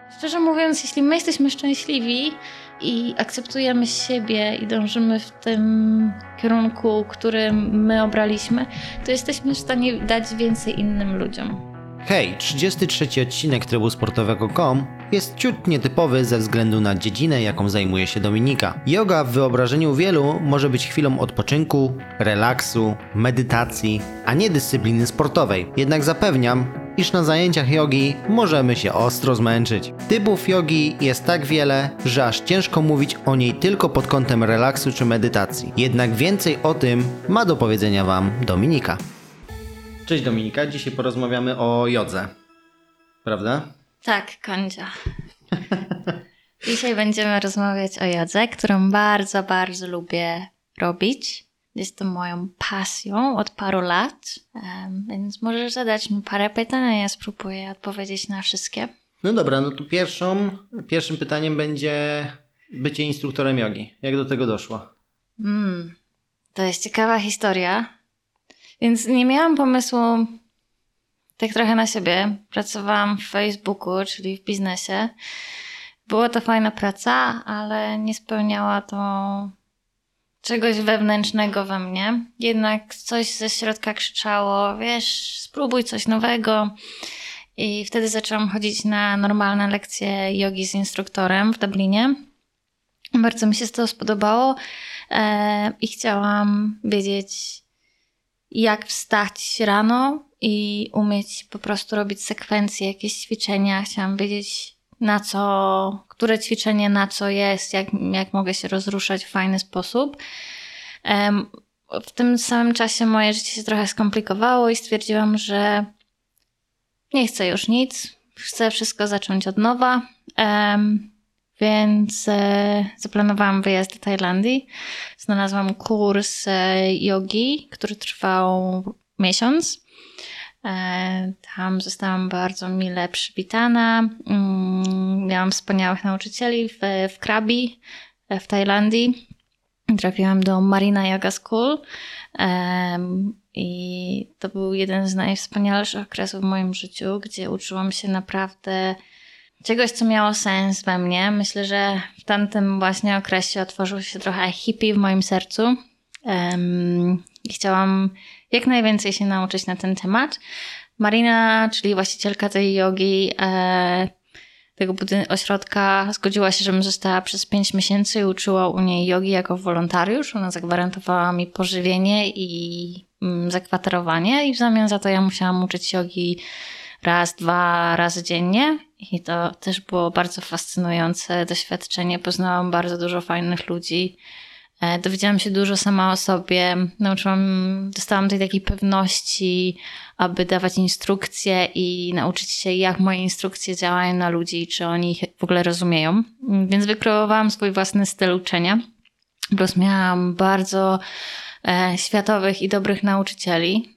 Szczerze mówiąc, jeśli my jesteśmy szczęśliwi i akceptujemy siebie i dążymy w tym kierunku, który my obraliśmy, to jesteśmy w stanie dać więcej innym ludziom. Hej, 33 odcinek trybu sportowego.com jest ciut nietypowy ze względu na dziedzinę, jaką zajmuje się Dominika. Yoga w wyobrażeniu wielu może być chwilą odpoczynku, relaksu, medytacji, a nie dyscypliny sportowej. Jednak zapewniam, iż na zajęciach jogi możemy się ostro zmęczyć. Typów jogi jest tak wiele, że aż ciężko mówić o niej tylko pod kątem relaksu czy medytacji. Jednak więcej o tym ma do powiedzenia Wam Dominika. Cześć Dominika, dzisiaj porozmawiamy o jodze, prawda? Tak, Kondzia. Dzisiaj będziemy rozmawiać o jodze, którą bardzo, bardzo lubię robić. Jest to moją pasją od paru lat, więc możesz zadać mi parę pytań, a ja spróbuję odpowiedzieć na wszystkie. No dobra, no to pierwszym pytaniem będzie bycie instruktorem jogi. Jak do tego doszło? To jest ciekawa historia, więc nie miałam pomysłu tak trochę na siebie. Pracowałam w Facebooku, czyli w biznesie. Była to fajna praca, ale nie spełniała to czegoś wewnętrznego we mnie. Jednak coś ze środka krzyczało, wiesz, spróbuj coś nowego. I wtedy zaczęłam chodzić na normalne lekcje jogi z instruktorem w Dublinie. Bardzo mi się to spodobało i chciałam wiedzieć, jak wstać rano i umieć po prostu robić sekwencje, jakieś ćwiczenia. Chciałam wiedzieć, na co, które ćwiczenie na co jest, jak mogę się rozruszać w fajny sposób. W tym samym czasie moje życie się trochę skomplikowało i stwierdziłam, że nie chcę już nic, chcę wszystko zacząć od nowa, więc zaplanowałam wyjazd do Tajlandii. Znalazłam kurs jogi, który trwał miesiąc. Tam zostałam bardzo mile przywitana. Miałam wspaniałych nauczycieli w Krabi, w Tajlandii. Trafiłam do Marina Yoga School i to był jeden z najwspanialszych okresów w moim życiu, gdzie uczyłam się naprawdę czegoś, co miało sens we mnie. Myślę, że w tamtym właśnie okresie otworzył się trochę hippie w moim sercu i chciałam jak najwięcej się nauczyć na ten temat. Marina, czyli właścicielka tej jogi, tego ośrodka, zgodziła się, żebym została przez 5 miesięcy i uczyła u niej jogi jako wolontariusz. Ona zagwarantowała mi pożywienie i zakwaterowanie i w zamian za to ja musiałam uczyć jogi raz, 2 razy dziennie i to też było bardzo fascynujące doświadczenie. Poznałam bardzo dużo fajnych ludzi. Dowiedziałam się dużo sama o sobie, dostałam tej takiej pewności, aby dawać instrukcje i nauczyć się, jak moje instrukcje działają na ludzi, czy oni ich w ogóle rozumieją. Więc wykreowałam swój własny styl uczenia. Plus miałam bardzo światowych i dobrych nauczycieli.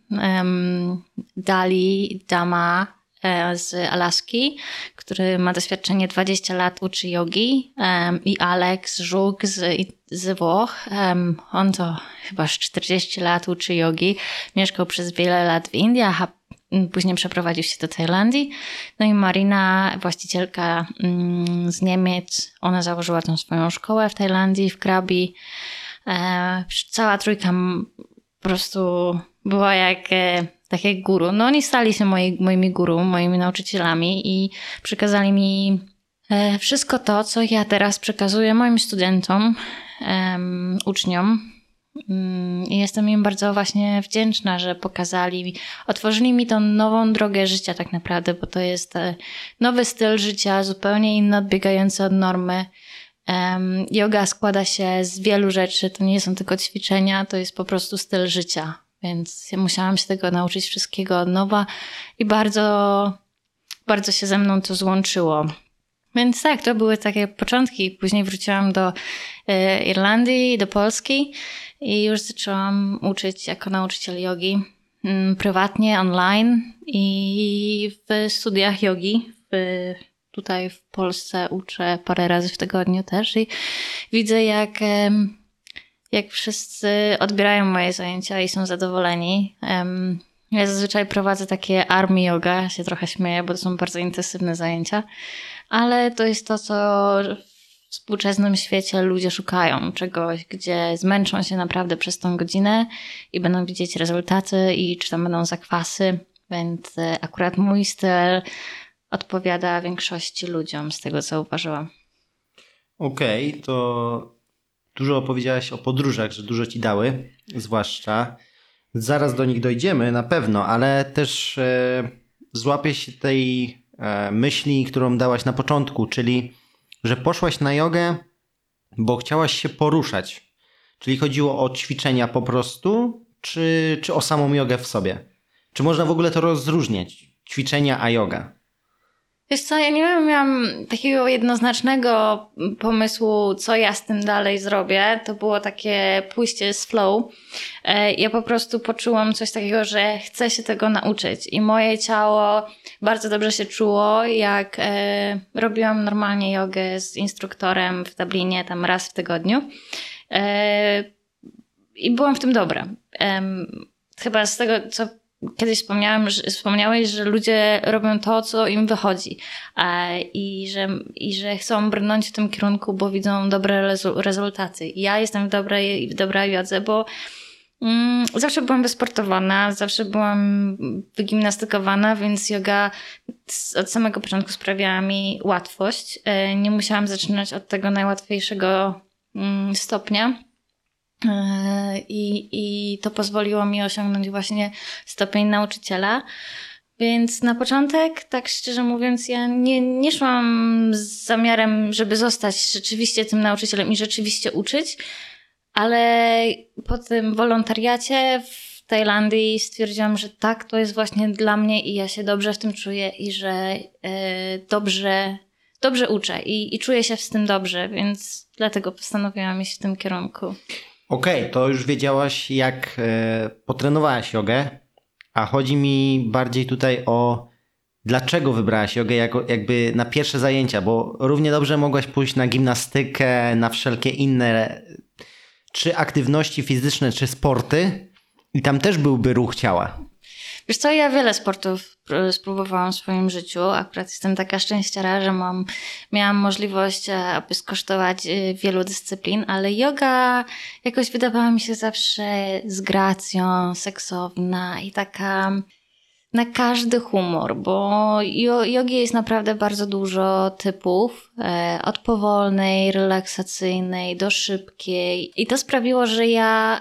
Dama z Alaski, który ma doświadczenie 20 lat, uczy jogi, i Alex Żuk z Włoch. On to chyba 40 lat uczy jogi. Mieszkał przez wiele lat w Indiach, a później przeprowadził się do Tajlandii. No i Marina, właścicielka z Niemiec, ona założyła tą swoją szkołę w Tajlandii, w Krabi. Cała trójka po prostu była tak jak guru. No oni stali się moimi guru, moimi nauczycielami i przekazali mi wszystko to, co ja teraz przekazuję moim studentom, uczniom. I jestem im bardzo właśnie wdzięczna, że otworzyli mi tą nową drogę życia tak naprawdę, bo to jest nowy styl życia, zupełnie inny, odbiegający od normy. Yoga składa się z wielu rzeczy, to nie są tylko ćwiczenia, to jest po prostu styl życia. Więc ja musiałam się tego nauczyć wszystkiego od nowa i bardzo, bardzo się ze mną to złączyło. Więc tak, to były takie początki. Później wróciłam do Irlandii, do Polski i już zaczęłam uczyć jako nauczyciel jogi prywatnie, online i w studiach jogi. Tutaj w Polsce uczę parę razy w tygodniu też i widzę, jak wszyscy odbierają moje zajęcia i są zadowoleni. Ja zazwyczaj prowadzę takie army yoga, ja się trochę śmieję, bo to są bardzo intensywne zajęcia, ale to jest to, co w współczesnym świecie ludzie szukają. Czegoś, gdzie zmęczą się naprawdę przez tą godzinę i będą widzieć rezultaty i czy tam będą zakwasy, więc akurat mój styl odpowiada większości ludziom z tego, co zauważyłam. Okej, to dużo opowiedziałaś o podróżach, że dużo ci dały, zwłaszcza. Zaraz do nich dojdziemy na pewno, ale też złapię się tej myśli, którą dałaś na początku, czyli że poszłaś na jogę, bo chciałaś się poruszać. Czyli chodziło o ćwiczenia po prostu, czy o samą jogę w sobie? Czy można w ogóle to rozróżniać? Ćwiczenia a joga? Wiesz co, ja nie miałam takiego jednoznacznego pomysłu, co ja z tym dalej zrobię. To było takie pójście z flow. Ja po prostu poczułam coś takiego, że chcę się tego nauczyć. I moje ciało bardzo dobrze się czuło, jak robiłam normalnie jogę z instruktorem w Dublinie, tam raz w tygodniu. I byłam w tym dobra. Chyba z tego, co kiedyś wspomniałeś, że ludzie robią to, co im wychodzi i że chcą brnąć w tym kierunku, bo widzą dobre rezultaty. Ja jestem w dobrej jodze, bo zawsze byłam wysportowana, zawsze byłam wygimnastykowana, więc joga od samego początku sprawiała mi łatwość. Nie musiałam zaczynać od tego najłatwiejszego stopnia. I to pozwoliło mi osiągnąć właśnie stopień nauczyciela. Więc na początek, tak szczerze mówiąc, ja nie szłam z zamiarem, żeby zostać rzeczywiście tym nauczycielem i rzeczywiście uczyć, ale po tym wolontariacie w Tajlandii stwierdziłam, że tak, to jest właśnie dla mnie i ja się dobrze w tym czuję i że dobrze uczę i czuję się z tym dobrze, więc dlatego postanowiłam iść w tym kierunku. Okej, to już wiedziałaś, jak potrenowałaś jogę, a chodzi mi bardziej tutaj o dlaczego wybrałaś jogę jakby na pierwsze zajęcia, bo równie dobrze mogłaś pójść na gimnastykę, na wszelkie inne czy aktywności fizyczne, czy sporty i tam też byłby ruch ciała. Wiesz co, ja wiele sportów spróbowałam w swoim życiu. Akurat jestem taka szczęściara, że miałam możliwość, aby skosztować wielu dyscyplin, ale joga jakoś wydawała mi się zawsze z gracją, seksowna i taka na każdy humor, bo jogi jest naprawdę bardzo dużo typów, od powolnej, relaksacyjnej do szybkiej i to sprawiło, że ja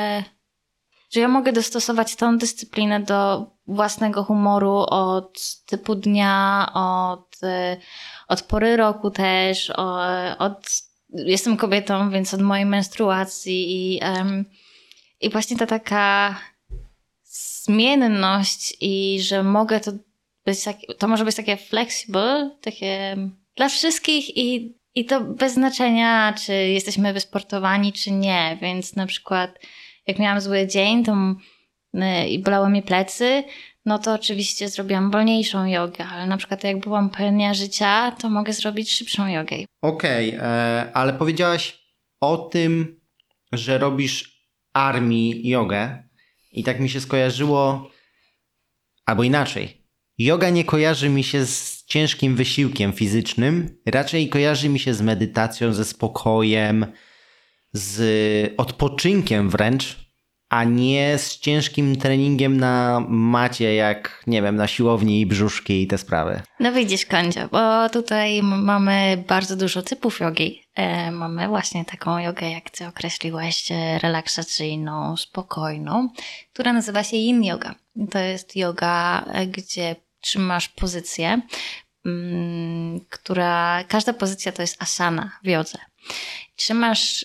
mogę dostosować tą dyscyplinę do własnego humoru od typu dnia, od pory roku też, jestem kobietą, więc od mojej menstruacji i właśnie ta taka zmienność i że mogę to może być takie flexible, takie dla wszystkich i to bez znaczenia, czy jesteśmy wysportowani, czy nie, więc na przykład jak miałam zły dzień i bolały mi plecy, no to oczywiście zrobiłam wolniejszą jogę, ale na przykład jak byłam pełnia życia, to mogę zrobić szybszą jogę. Okej, ale powiedziałaś o tym, że robisz army jogę i tak mi się skojarzyło, albo inaczej. Joga nie kojarzy mi się z ciężkim wysiłkiem fizycznym, raczej kojarzy mi się z medytacją, ze spokojem, z odpoczynkiem wręcz, a nie z ciężkim treningiem na macie, jak nie wiem, na siłowni i brzuszki i te sprawy. No widzisz, Kondzio, bo tutaj mamy bardzo dużo typów jogi. Mamy właśnie taką jogę, jak ty określiłeś, relaksacyjną, spokojną, która nazywa się Yin Yoga. To jest joga, gdzie trzymasz pozycję, każda pozycja to jest asana w jodze. Trzymasz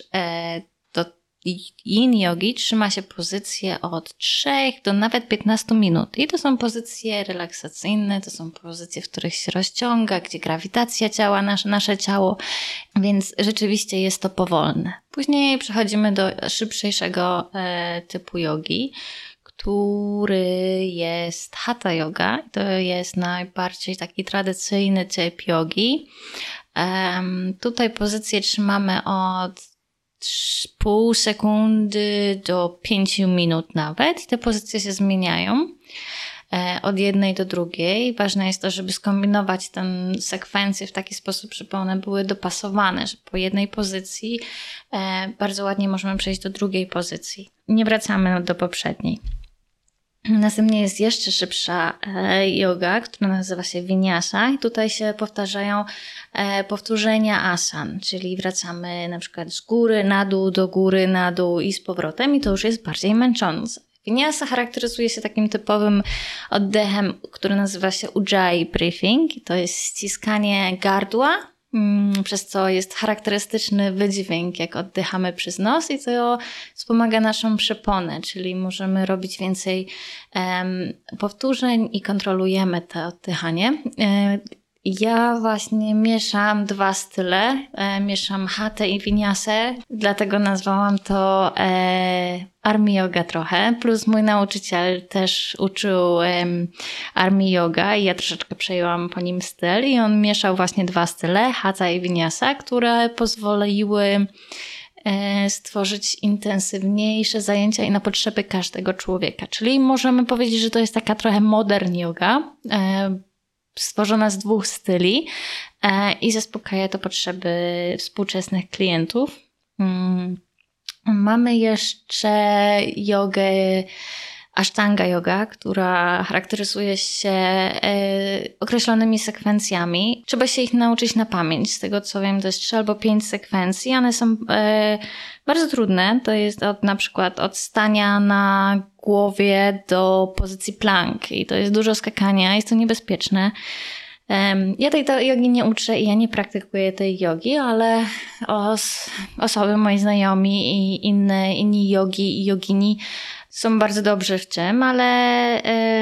Yin jogi trzyma się pozycję od 3 do nawet 15 minut. I to są pozycje relaksacyjne, to są pozycje, w których się rozciąga, gdzie grawitacja działa nasze ciało, więc rzeczywiście jest to powolne. Później przechodzimy do szybszego typu jogi, który jest Hatha yoga. To jest najbardziej taki tradycyjny typ jogi. Tutaj pozycję trzymamy od pół sekundy do 5 minut nawet. Te pozycje się zmieniają. od jednej do drugiej. Ważne jest to, żeby skombinować tę sekwencję w taki sposób, żeby one były dopasowane, że po jednej pozycji bardzo ładnie możemy przejść do drugiej pozycji. Nie wracamy do poprzedniej. Następnie jest jeszcze szybsza yoga, która nazywa się Vinyasa i tutaj się powtarzają powtórzenia asan, czyli wracamy na przykład z góry na dół, do góry na dół i z powrotem i to już jest bardziej męczące. Vinyasa charakteryzuje się takim typowym oddechem, który nazywa się Ujjayi breathing i to jest ściskanie gardła, przez co jest charakterystyczny wydźwięk, jak oddychamy przez nos i to wspomaga naszą przeponę, czyli możemy robić więcej powtórzeń i kontrolujemy to oddychanie. Ja właśnie mieszam 2 style, mieszam Hatha i Vinyasę, dlatego nazwałam to Army Yoga trochę, plus mój nauczyciel też uczył Army Yoga i ja troszeczkę przejęłam po nim styl i on mieszał właśnie 2 style, Hatha i Vinyasa, które pozwoliły stworzyć intensywniejsze zajęcia i na potrzeby każdego człowieka, czyli możemy powiedzieć, że to jest taka trochę modern yoga, stworzona z 2 styli i zaspokaja to potrzeby współczesnych klientów. Mamy jeszcze jogę Ashtanga yoga, która charakteryzuje się określonymi sekwencjami. Trzeba się ich nauczyć na pamięć. Z tego co wiem, to jest 3 albo 5 sekwencji. One są bardzo trudne. To jest na przykład od stania na głowie do pozycji plank. I to jest dużo skakania. Jest to niebezpieczne. Ja tej jogi nie uczę i ja nie praktykuję tej jogi, ale osoby, moi znajomi i inni jogi i jogini są bardzo dobrzy w tym, ale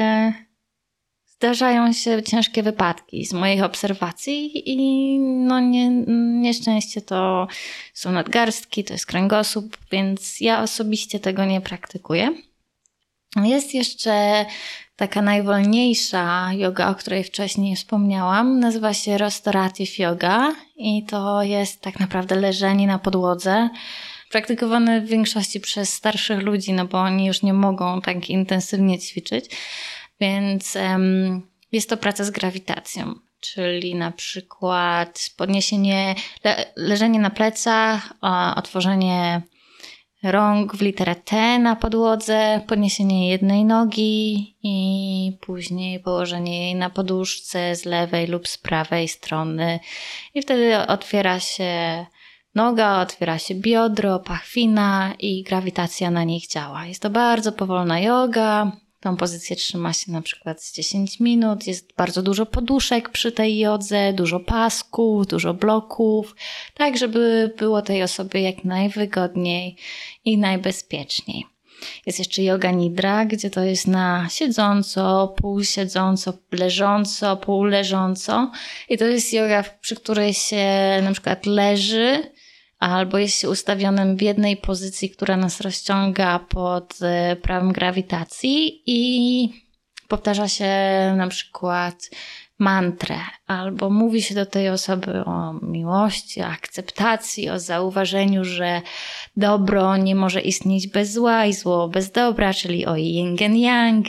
zdarzają się ciężkie wypadki z moich obserwacji i no nieszczęście to są nadgarstki, to jest kręgosłup, więc ja osobiście tego nie praktykuję. Jest jeszcze taka najwolniejsza yoga, o której wcześniej wspomniałam. Nazywa się Restorative Yoga i to jest tak naprawdę leżenie na podłodze. Praktykowane w większości przez starszych ludzi, no bo oni już nie mogą tak intensywnie ćwiczyć. Więc jest to praca z grawitacją, czyli na przykład podniesienie, leżenie na plecach, otworzenie rąk w literę T na podłodze, podniesienie jednej nogi i później położenie jej na poduszce z lewej lub z prawej strony. I wtedy otwiera się noga, otwiera się biodro, pachwina i grawitacja na nich działa. Jest to bardzo powolna yoga. Tą pozycję trzyma się na przykład z 10 minut. Jest bardzo dużo poduszek przy tej jodze, dużo pasków, dużo bloków, tak żeby było tej osobie jak najwygodniej i najbezpieczniej. Jest jeszcze yoga nidra, gdzie to jest na siedząco, półsiedząco, leżąco, półleżąco. I to jest yoga, przy której się na przykład leży albo jest się ustawionym w jednej pozycji, która nas rozciąga pod prawem grawitacji i powtarza się na przykład mantrę albo mówi się do tej osoby o miłości, o akceptacji, o zauważeniu, że dobro nie może istnieć bez zła i zło bez dobra, czyli o yin and yang.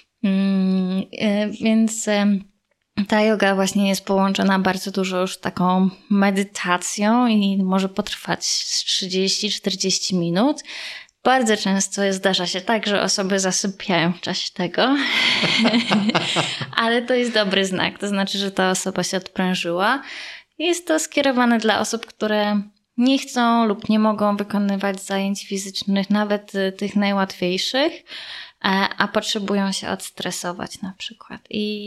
Więc ta yoga właśnie jest połączona bardzo dużo już taką medytacją i może potrwać 30-40 minut. Bardzo często zdarza się tak, że osoby zasypiają w czasie tego, ale to jest dobry znak, to znaczy, że ta osoba się odprężyła. Jest to skierowane dla osób, które nie chcą lub nie mogą wykonywać zajęć fizycznych, nawet tych najłatwiejszych, a potrzebują się odstresować na przykład.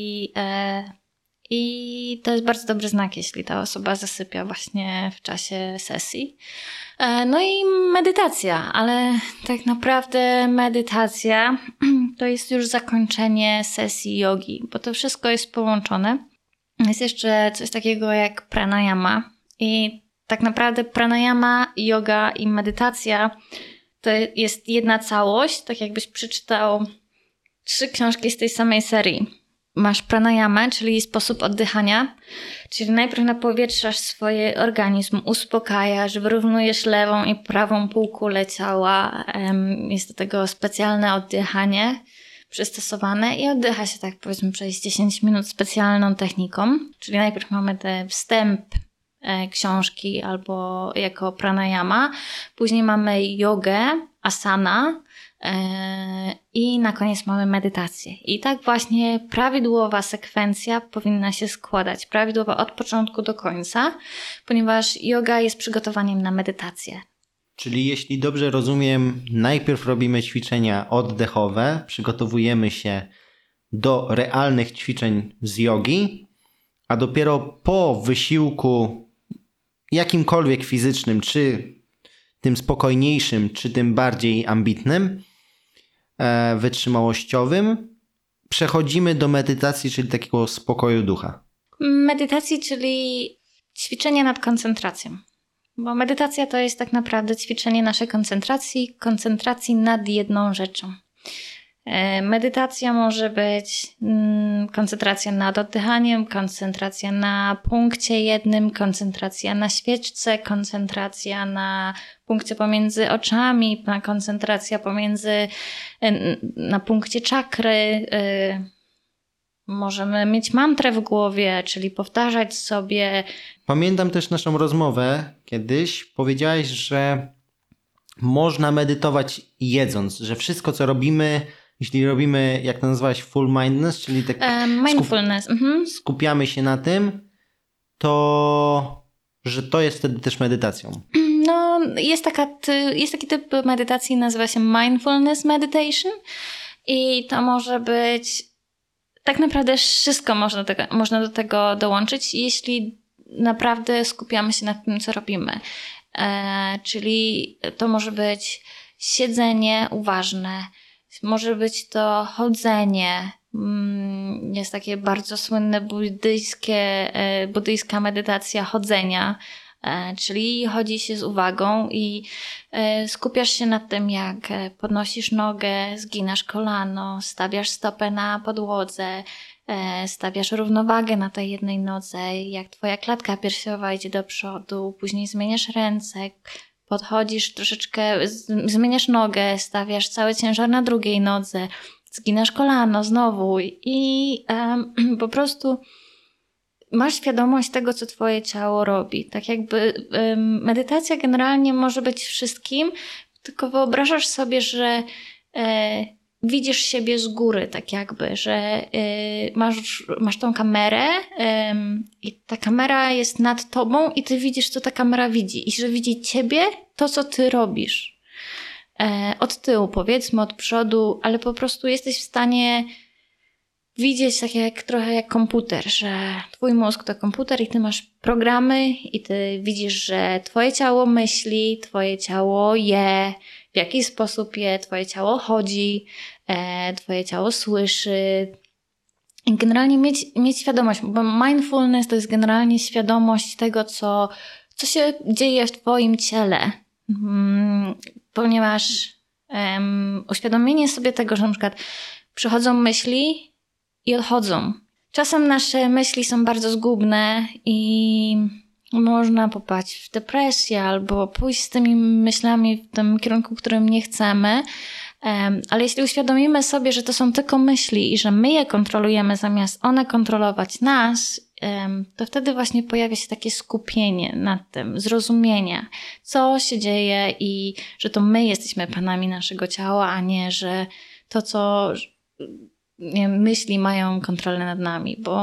I to jest bardzo dobry znak, jeśli ta osoba zasypia właśnie w czasie sesji. No i medytacja, ale tak naprawdę medytacja to jest już zakończenie sesji jogi, bo to wszystko jest połączone. Jest jeszcze coś takiego jak pranayama i tak naprawdę pranayama, yoga i medytacja to jest jedna całość, tak jakbyś przeczytał 3 książki z tej samej serii. Masz pranayamę, czyli sposób oddychania, czyli najpierw napowietrzasz swój organizm, uspokajasz, wyrównujesz lewą i prawą półkulę ciała. Jest do tego specjalne oddychanie. przystosowane i oddycha się tak powiedzmy przez 10 minut specjalną techniką. Czyli najpierw mamy ten wstęp książki albo jako pranayama, później mamy jogę, asana i na koniec mamy medytację. I tak właśnie prawidłowa sekwencja powinna się składać, prawidłowa od początku do końca, ponieważ yoga jest przygotowaniem na medytację. Czyli jeśli dobrze rozumiem, najpierw robimy ćwiczenia oddechowe, przygotowujemy się do realnych ćwiczeń z jogi, a dopiero po wysiłku jakimkolwiek fizycznym, czy tym spokojniejszym, czy tym bardziej ambitnym, wytrzymałościowym, przechodzimy do medytacji, czyli takiego spokoju ducha. Medytacji, czyli ćwiczenie nad koncentracją. Bo medytacja to jest tak naprawdę ćwiczenie naszej koncentracji nad jedną rzeczą. Medytacja może być koncentracja nad oddychaniem, koncentracja na punkcie jednym, koncentracja na świeczce, koncentracja na punkcie pomiędzy oczami, koncentracja na punkcie czakry. Możemy mieć mantrę w głowie, czyli powtarzać sobie. Pamiętam też naszą rozmowę kiedyś. Powiedziałeś, że można medytować jedząc, że wszystko co robimy, jeśli robimy, jak to nazwałeś, full mindfulness, czyli tak mindfulness. Skupiamy się na tym, to że to jest wtedy też medytacją. No, jest taki typ medytacji, nazywa się mindfulness meditation i to może być tak naprawdę wszystko można do tego dołączyć, jeśli naprawdę skupiamy się na tym, co robimy. Czyli to może być siedzenie uważne, może być to chodzenie. Jest takie bardzo słynne buddyjska medytacja chodzenia, czyli chodzi się z uwagą i skupiasz się nad tym, jak podnosisz nogę, zginasz kolano, stawiasz stopę na podłodze, stawiasz równowagę na tej jednej nodze, jak twoja klatka piersiowa idzie do przodu, później zmieniasz ręce, podchodzisz troszeczkę, zmieniasz nogę, stawiasz cały ciężar na drugiej nodze, zginasz kolano znowu i po prostu masz świadomość tego, co twoje ciało robi. Tak jakby medytacja generalnie może być wszystkim, tylko wyobrażasz sobie, że widzisz siebie z góry, tak jakby, że masz tą kamerę i ta kamera jest nad tobą i ty widzisz, co ta kamera widzi i że widzi ciebie, to, co ty robisz. Od tyłu, powiedzmy, od przodu, ale po prostu jesteś w stanie widzieć trochę jak komputer, że twój mózg to komputer i ty masz programy i ty widzisz, że twoje ciało myśli, twoje ciało je, w jaki sposób je, twoje ciało chodzi, twoje ciało słyszy. I generalnie mieć świadomość, bo mindfulness to jest generalnie świadomość tego, co się dzieje w twoim ciele. Ponieważ uświadomienie sobie tego, że na przykład przychodzą myśli i odchodzą. Czasem nasze myśli są bardzo zgubne i można popaść w depresję albo pójść z tymi myślami w tym kierunku, którym nie chcemy. Ale jeśli uświadomimy sobie, że to są tylko myśli i że my je kontrolujemy zamiast one kontrolować nas, to wtedy właśnie pojawia się takie skupienie nad tym, zrozumienie, co się dzieje i że to my jesteśmy panami naszego ciała, a nie, że to, co myśli mają kontrolę nad nami, bo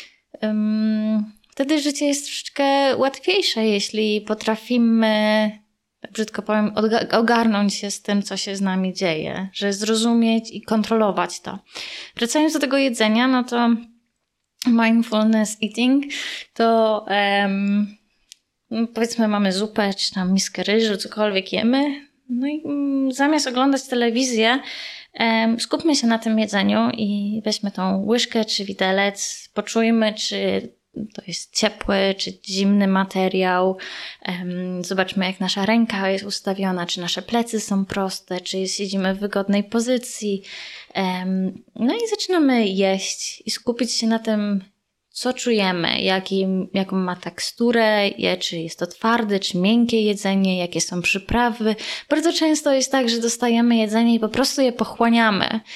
wtedy życie jest troszeczkę łatwiejsze, jeśli potrafimy, tak brzydko powiem, ogarnąć się z tym, co się z nami dzieje, że zrozumieć i kontrolować to. Wracając do tego jedzenia, no to mindfulness eating to powiedzmy mamy zupę, czy tam miskę ryżu, cokolwiek jemy, no i zamiast oglądać telewizję, skupmy się na tym jedzeniu i weźmy tą łyżkę czy widelec, poczujmy, czy to jest ciepły czy zimny materiał. Zobaczmy, jak nasza ręka jest ustawiona, czy nasze plecy są proste, czy siedzimy w wygodnej pozycji. No i zaczynamy jeść i skupić się na tym, co czujemy, jaką ma teksturę, czy jest to twarde, czy miękkie jedzenie, jakie są przyprawy. Bardzo często jest tak, że dostajemy jedzenie i po prostu je pochłaniamy.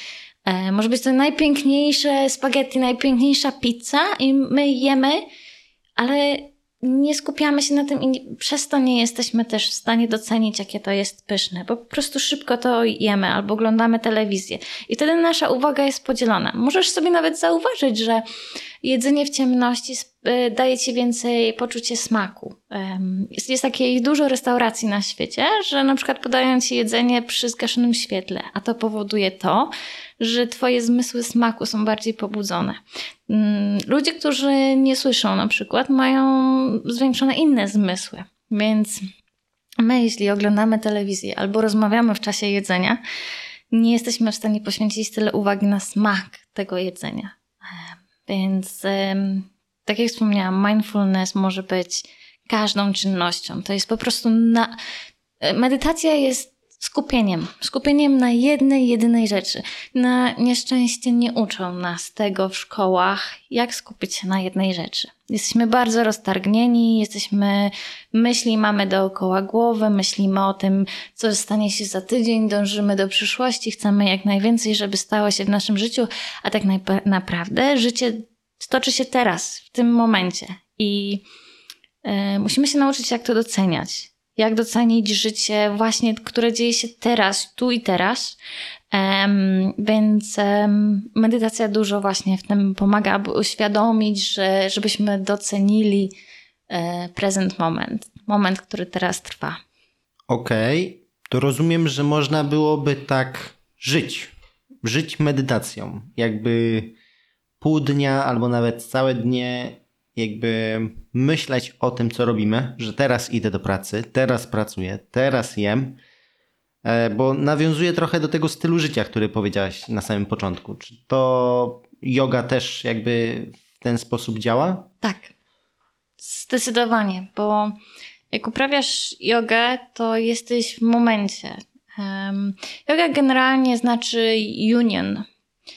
Może być to najpiękniejsze spaghetti, najpiękniejsza pizza i my jemy, ale nie skupiamy się na tym i przez to nie jesteśmy też w stanie docenić, jakie to jest pyszne, bo po prostu szybko to jemy albo oglądamy telewizję i wtedy nasza uwaga jest podzielona. Możesz sobie nawet zauważyć, że jedzenie w ciemności daje ci więcej poczucie smaku. Jest takich dużo restauracji na świecie, że na przykład podają ci jedzenie przy zgaszonym świetle, a to powoduje to, że twoje zmysły smaku są bardziej pobudzone. Ludzie, którzy nie słyszą na przykład, mają zwiększone inne zmysły, więc my, jeśli oglądamy telewizję albo rozmawiamy w czasie jedzenia, nie jesteśmy w stanie poświęcić tyle uwagi na smak tego jedzenia. Więc tak jak wspomniałam, mindfulness może być każdą czynnością. To jest po prostu medytacja jest skupieniem na jednej, jedynej rzeczy. Na nieszczęście nie uczą nas tego w szkołach, jak skupić się na jednej rzeczy. Jesteśmy bardzo roztargnieni, myśli mamy dookoła głowy, myślimy o tym, co stanie się za tydzień, dążymy do przyszłości, chcemy jak najwięcej, żeby stało się w naszym życiu, a tak naprawdę życie toczy się teraz, w tym momencie i musimy się nauczyć, jak to doceniać. Jak docenić życie właśnie, które dzieje się teraz, tu i teraz. Więc medytacja dużo właśnie w tym pomaga, aby uświadomić, żebyśmy docenili present moment, który teraz trwa. Okej, to rozumiem, że można byłoby tak żyć medytacją. Jakby pół dnia albo nawet całe dnie jakby myśleć o tym, co robimy, że teraz idę do pracy, teraz pracuję, teraz jem, bo nawiązuje trochę do tego stylu życia, który powiedziałaś na samym początku. Czy to yoga też jakby w ten sposób działa? Tak, zdecydowanie, bo jak uprawiasz jogę, to jesteś w momencie. Yoga generalnie znaczy union.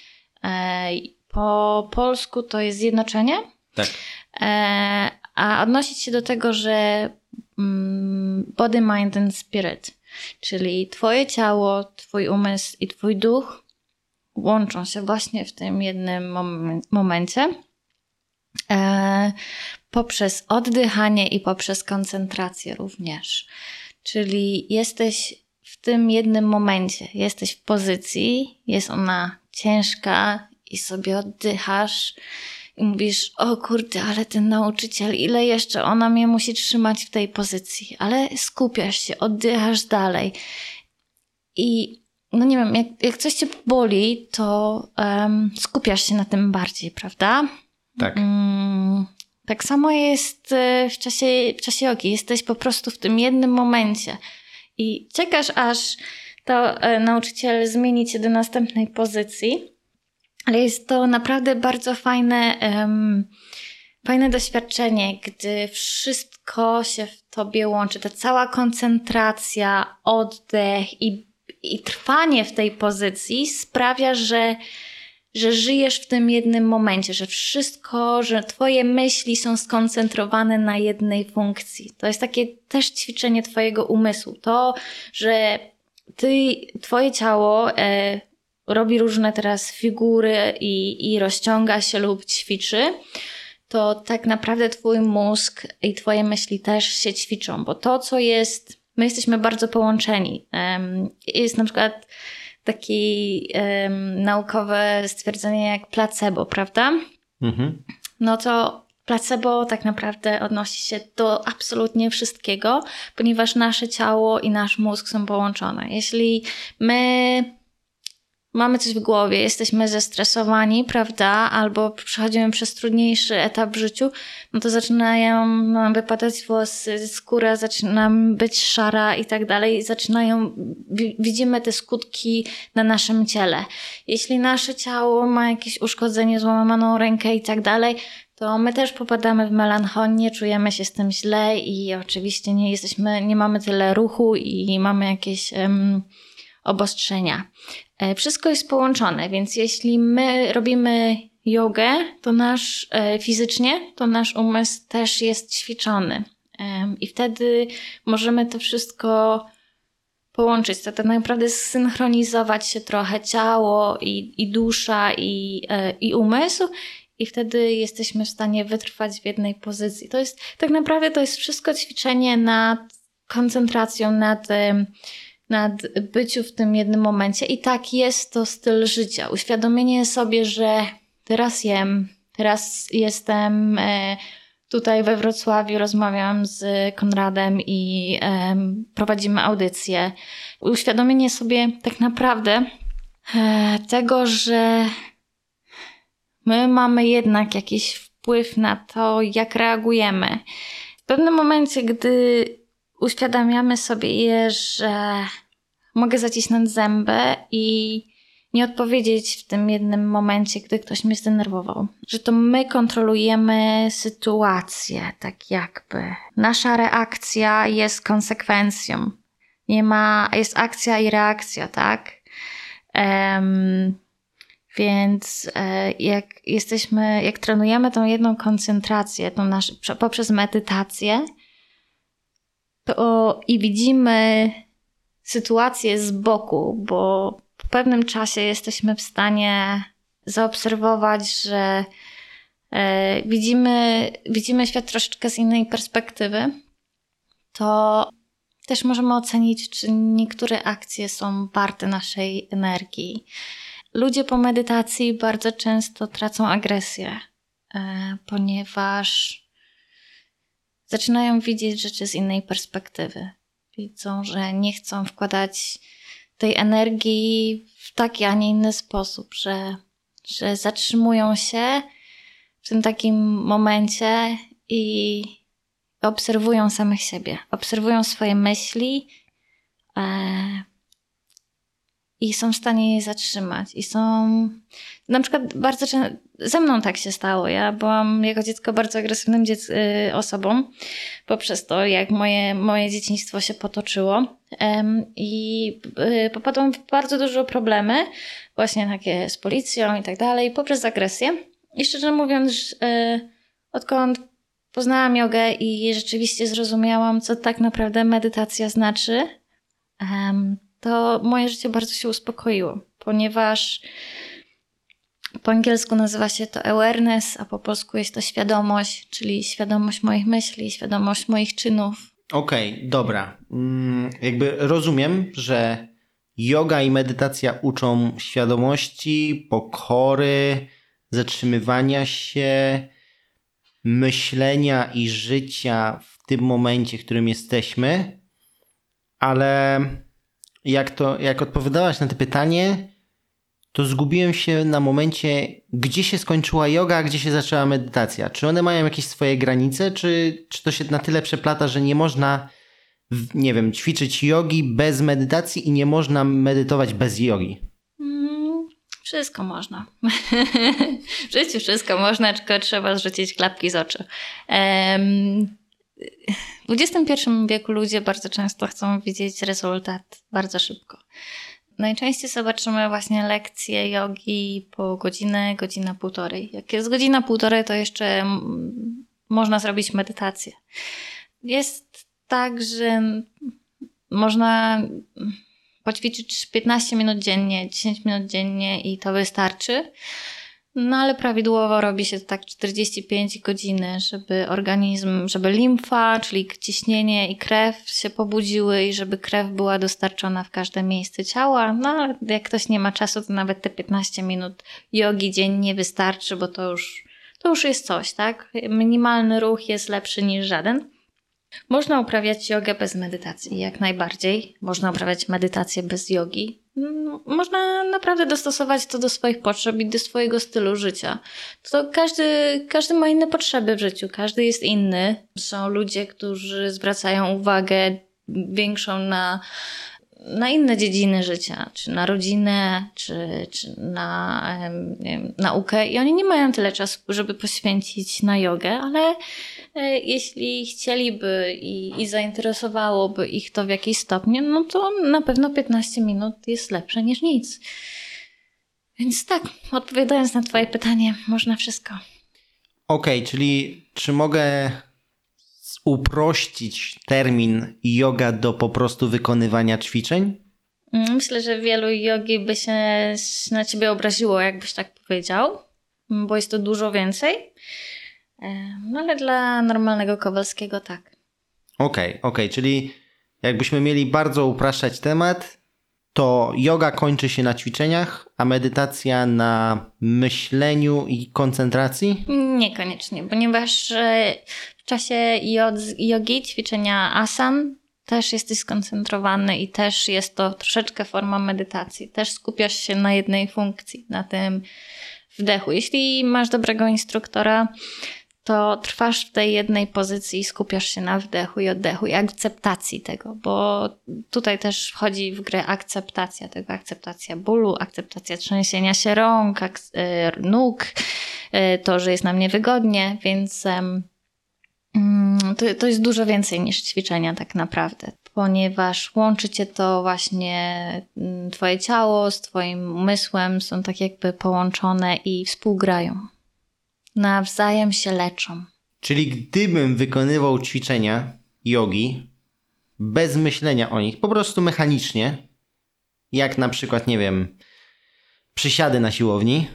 Po polsku to jest zjednoczenie. Tak. A odnosić się do tego, że body, mind and spirit, czyli twoje ciało, twój umysł i twój duch łączą się właśnie w tym jednym momencie poprzez oddychanie i poprzez koncentrację również. Czyli jesteś w tym jednym momencie, jesteś w pozycji, jest ona ciężka i sobie oddychasz i mówisz, o kurde, ale ten nauczyciel, ile jeszcze ona mnie musi trzymać w tej pozycji, ale skupiasz się, oddychasz dalej i no nie wiem, jak coś cię boli, to skupiasz się na tym bardziej, prawda? Tak. Tak samo jest w czasie jogi. Jesteś po prostu w tym jednym momencie i czekasz, aż to nauczyciel zmieni cię do następnej pozycji. Ale jest to naprawdę bardzo fajne doświadczenie, gdy wszystko się w tobie łączy. Ta cała koncentracja, oddech i trwanie w tej pozycji sprawia, że żyjesz w tym jednym momencie, że twoje myśli są skoncentrowane na jednej funkcji. To jest takie też ćwiczenie twojego umysłu. To, że twoje ciało robi różne teraz figury i rozciąga się lub ćwiczy, to tak naprawdę twój mózg i twoje myśli też się ćwiczą, bo to, co jest, my jesteśmy bardzo połączeni. Jest na przykład takie naukowe stwierdzenie jak placebo, prawda? Mhm. No to placebo tak naprawdę odnosi się do absolutnie wszystkiego, ponieważ nasze ciało i nasz mózg są połączone. Jeśli my mamy coś w głowie, jesteśmy zestresowani, prawda? Albo przechodzimy przez trudniejszy etap w życiu, no to zaczynają nam wypadać włosy, skóra zaczyna być szara i tak dalej. Widzimy te skutki na naszym ciele. Jeśli nasze ciało ma jakieś uszkodzenie, złamaną rękę i tak dalej, to my też popadamy w melancholię, czujemy się z tym źle i oczywiście nie mamy tyle ruchu i mamy jakieś obostrzenia. Wszystko jest połączone, więc jeśli my robimy jogę, to fizycznie, to nasz umysł też jest ćwiczony. I wtedy możemy to wszystko połączyć, to tak naprawdę zsynchronizować się trochę ciało i dusza i umysł i wtedy jesteśmy w stanie wytrwać w jednej pozycji. To jest tak naprawdę to jest wszystko ćwiczenie nad koncentracją, nad byciu w tym jednym momencie i tak jest to styl życia. Uświadomienie sobie, że teraz jem, teraz jestem tutaj we Wrocławiu, rozmawiam z Konradem i prowadzimy audycję. Uświadomienie sobie tak naprawdę tego, że my mamy jednak jakiś wpływ na to, jak reagujemy. W pewnym momencie, gdy uświadamiamy sobie że mogę zacisnąć zęby i nie odpowiedzieć w tym jednym momencie, gdy ktoś mnie zdenerwował. Że to my kontrolujemy sytuację, tak jakby. Nasza reakcja jest konsekwencją. Jest akcja i reakcja, tak? Więc jak trenujemy tą jedną koncentrację, poprzez medytację, i widzimy sytuację z boku, bo w pewnym czasie jesteśmy w stanie zaobserwować, że widzimy świat troszeczkę z innej perspektywy, to też możemy ocenić, czy niektóre akcje są warte naszej energii. Ludzie po medytacji bardzo często tracą agresję, ponieważ zaczynają widzieć rzeczy z innej perspektywy. Widzą, że nie chcą wkładać tej energii w taki, a nie inny sposób, że zatrzymują się w tym takim momencie i obserwują samych siebie. Obserwują swoje myśli i są w stanie je zatrzymać. I są... Na przykład bardzo często... Ze mną tak się stało. Ja byłam jako dziecko bardzo agresywnym osobą poprzez to, jak moje dzieciństwo się potoczyło. I popadłam w bardzo duże problemy, właśnie takie z policją i tak dalej, poprzez agresję. I szczerze mówiąc, odkąd poznałam jogę i rzeczywiście zrozumiałam, co tak naprawdę medytacja znaczy, to moje życie bardzo się uspokoiło, ponieważ po angielsku nazywa się to awareness, a po polsku jest to świadomość, czyli świadomość moich myśli, świadomość moich czynów. Okej, dobra. Jakby rozumiem, że joga i medytacja uczą świadomości, pokory, zatrzymywania się, myślenia i życia w tym momencie, w którym jesteśmy, ale jak odpowiadałaś na to pytanie, to zgubiłem się na momencie, gdzie się skończyła joga, a gdzie się zaczęła medytacja. Czy one mają jakieś swoje granice, czy to się na tyle przeplata, że nie można, nie wiem, ćwiczyć jogi bez medytacji i nie można medytować bez jogi? Wszystko można. W życiu wszystko można, tylko trzeba zrzucić klapki z oczu. W XXI wieku ludzie bardzo często chcą widzieć rezultat bardzo szybko. Najczęściej zobaczymy właśnie lekcje jogi po godzinę, godzinę półtorej. Jak jest godzina półtorej, to jeszcze można zrobić medytację. Jest tak, że można poćwiczyć 15 minut dziennie, 10 minut dziennie i to wystarczy. No ale prawidłowo robi się to tak 45 godziny, żeby organizm, żeby limfa, czyli ciśnienie i krew się pobudziły i żeby krew była dostarczona w każde miejsce ciała. No ale jak ktoś nie ma czasu, to nawet te 15 minut jogi dziennie wystarczy, bo to już jest coś, tak? Minimalny ruch jest lepszy niż żaden. Można uprawiać jogę bez medytacji, jak najbardziej. Można uprawiać medytację bez jogi. Można naprawdę dostosować to do swoich potrzeb i do swojego stylu życia. To każdy ma inne potrzeby w życiu, każdy jest inny. Są ludzie, którzy zwracają uwagę większą na inne dziedziny życia, czy na rodzinę, czy na naukę i oni nie mają tyle czasu, żeby poświęcić na jogę, ale jeśli chcieliby i zainteresowałoby ich to w jakiś stopniu, no to na pewno 15 minut jest lepsze niż nic. Więc tak, odpowiadając na twoje pytanie, można wszystko. Okej, czyli czy mogę uprościć termin yoga do po prostu wykonywania ćwiczeń? Myślę, że wielu jogi by się na ciebie obraziło, jakbyś tak powiedział, bo jest to dużo więcej. No ale dla normalnego Kowalskiego tak. Okej, czyli jakbyśmy mieli bardzo upraszczać temat, to yoga kończy się na ćwiczeniach, a medytacja na myśleniu i koncentracji? Niekoniecznie, ponieważ w czasie jogi, ćwiczenia asan, też jesteś skoncentrowany i też jest to troszeczkę forma medytacji. Też skupiasz się na jednej funkcji, na tym wdechu. Jeśli masz dobrego instruktora, to trwasz w tej jednej pozycji i skupiasz się na wdechu i oddechu i akceptacji tego, bo tutaj też wchodzi w grę akceptacja tego, akceptacja bólu, akceptacja trzęsienia się rąk, nóg, to, że jest nam niewygodnie, więc to jest dużo więcej niż ćwiczenia tak naprawdę, ponieważ łączy cię to właśnie twoje ciało z twoim umysłem, są tak jakby połączone i współgrają. Nawzajem się leczą. Czyli gdybym wykonywał ćwiczenia jogi bez myślenia o nich, po prostu mechanicznie, jak na przykład, nie wiem, przysiady na siłowni,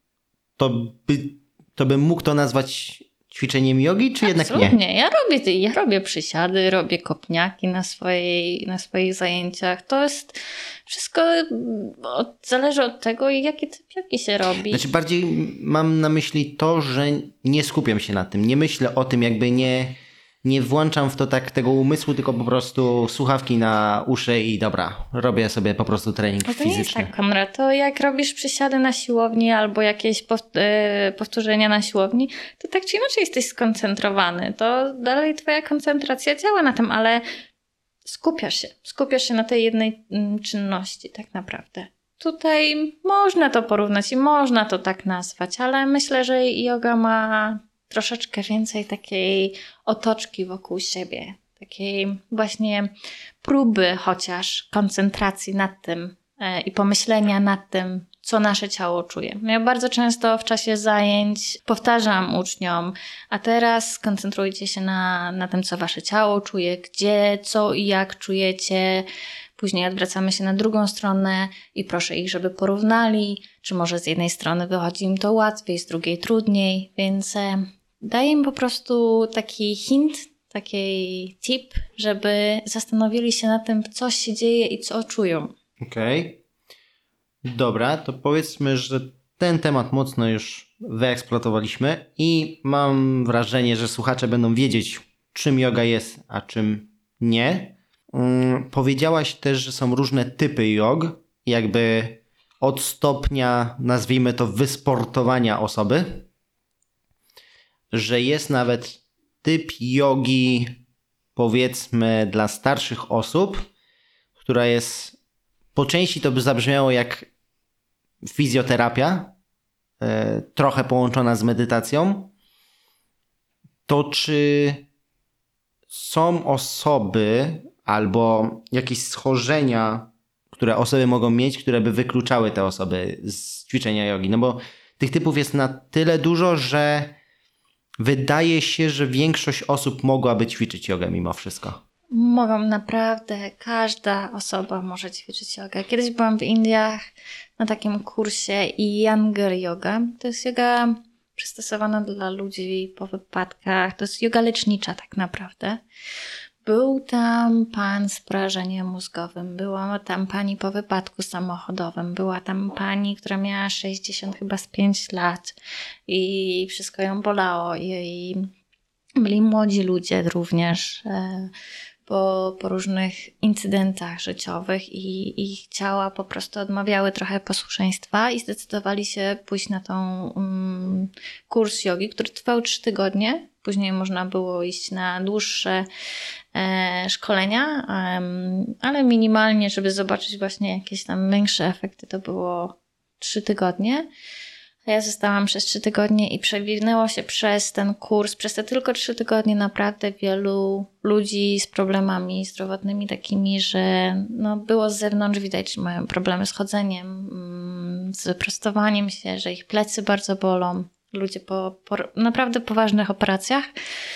to bym mógł to nazwać ćwiczeniem jogi, czy jednak nie? Absolutnie. Ja robię przysiady, robię kopniaki na swoich zajęciach. To jest wszystko zależy od tego, jaki typ jogi się robi. Znaczy bardziej mam na myśli to, że nie skupiam się na tym. Nie myślę o tym, jakby nie włączam w to tak tego umysłu, tylko po prostu słuchawki na uszy i dobra, robię sobie po prostu trening No to fizyczny. nie jest tak, Konrad. To jak robisz przysiady na siłowni albo jakieś powtórzenia na siłowni, to tak czy inaczej jesteś skoncentrowany. To dalej twoja koncentracja działa na tym, ale skupiasz się na tej jednej czynności tak naprawdę. Tutaj można to porównać i można to tak nazwać, ale myślę, że yoga ma troszeczkę więcej takiej otoczki wokół siebie. Takiej właśnie próby chociaż koncentracji nad tym i pomyślenia nad tym, co nasze ciało czuje. Ja bardzo często w czasie zajęć powtarzam uczniom, a teraz skoncentrujcie się na tym, co wasze ciało czuje, gdzie, co i jak czujecie. Później odwracamy się na drugą stronę i proszę ich, żeby porównali, czy może z jednej strony wychodzi im to łatwiej, z drugiej trudniej, więc daję im po prostu taki hint, taki tip, żeby zastanowili się nad tym, co się dzieje i co czują. Okej. Dobra, to powiedzmy, że ten temat mocno już wyeksploatowaliśmy i mam wrażenie, że słuchacze będą wiedzieć, czym yoga jest, a czym nie. Powiedziałaś też, że są różne typy jog, jakby od stopnia, nazwijmy to, wysportowania osoby, że jest nawet typ jogi, powiedzmy, dla starszych osób, która jest, po części to by zabrzmiało jak fizjoterapia, trochę połączona z medytacją. To czy są osoby albo jakieś schorzenia, które osoby mogą mieć, które by wykluczały te osoby z ćwiczenia jogi? No bo tych typów jest na tyle dużo, że wydaje się, że większość osób mogłaby ćwiczyć jogę mimo wszystko. Mogą naprawdę, każda osoba może ćwiczyć jogę. Kiedyś byłam w Indiach na takim kursie Iyengar Yoga. To jest joga przystosowana dla ludzi po wypadkach. To jest joga lecznicza tak naprawdę. Był tam pan z porażeniem mózgowym, była tam pani po wypadku samochodowym, była tam pani, która miała 60 chyba z 5 lat i wszystko ją bolało i byli młodzi ludzie również po różnych incydentach życiowych i ich ciała po prostu odmawiały trochę posłuszeństwa i zdecydowali się pójść na tą kurs jogi, który trwał 3 tygodnie. Później można było iść na dłuższe szkolenia, ale minimalnie, żeby zobaczyć właśnie jakieś tam większe efekty, to było 3 tygodnie. A ja zostałam przez 3 tygodnie i przewinęło się przez ten kurs, przez te tylko 3 tygodnie naprawdę wielu ludzi z problemami zdrowotnymi takimi, że no było z zewnątrz widać, że mają problemy z chodzeniem, z prostowaniem się, że ich plecy bardzo bolą. Ludzie po naprawdę poważnych operacjach.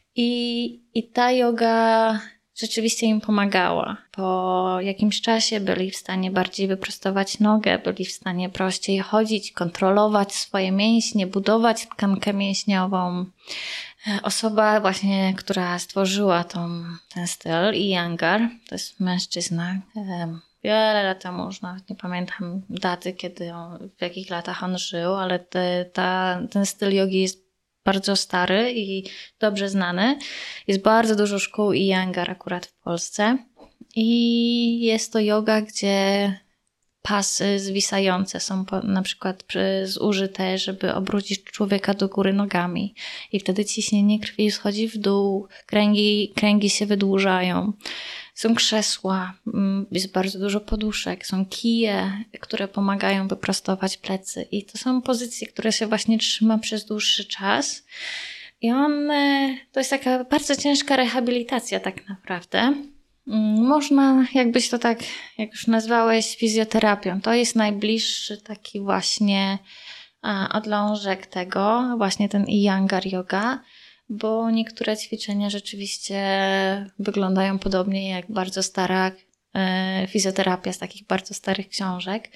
I ta joga rzeczywiście im pomagała. Po jakimś czasie byli w stanie bardziej wyprostować nogę, byli w stanie prościej chodzić, kontrolować swoje mięśnie, budować tkankę mięśniową. Osoba właśnie, która stworzyła ten styl, Iyengar, to jest mężczyzna, wiele lat temu, już nawet nie pamiętam daty, w jakich latach on żył, ale ten styl jogi jest bardzo stary i dobrze znany. Jest bardzo dużo szkół Iyengar akurat w Polsce. I jest to joga, gdzie pasy zwisające są na przykład zużyte, żeby obrócić człowieka do góry nogami. I wtedy ciśnienie krwi schodzi w dół, kręgi się wydłużają. Są krzesła, jest bardzo dużo poduszek, są kije, które pomagają wyprostować plecy. I to są pozycje, które się właśnie trzyma przez dłuższy czas. I to jest taka bardzo ciężka rehabilitacja tak naprawdę. Można, jakbyś to tak, jak już nazwałeś, fizjoterapią. To jest najbliższy taki właśnie odlążek tego, właśnie ten Iyengar yoga, bo niektóre ćwiczenia rzeczywiście wyglądają podobnie jak bardzo stara fizjoterapia z takich bardzo starych książek.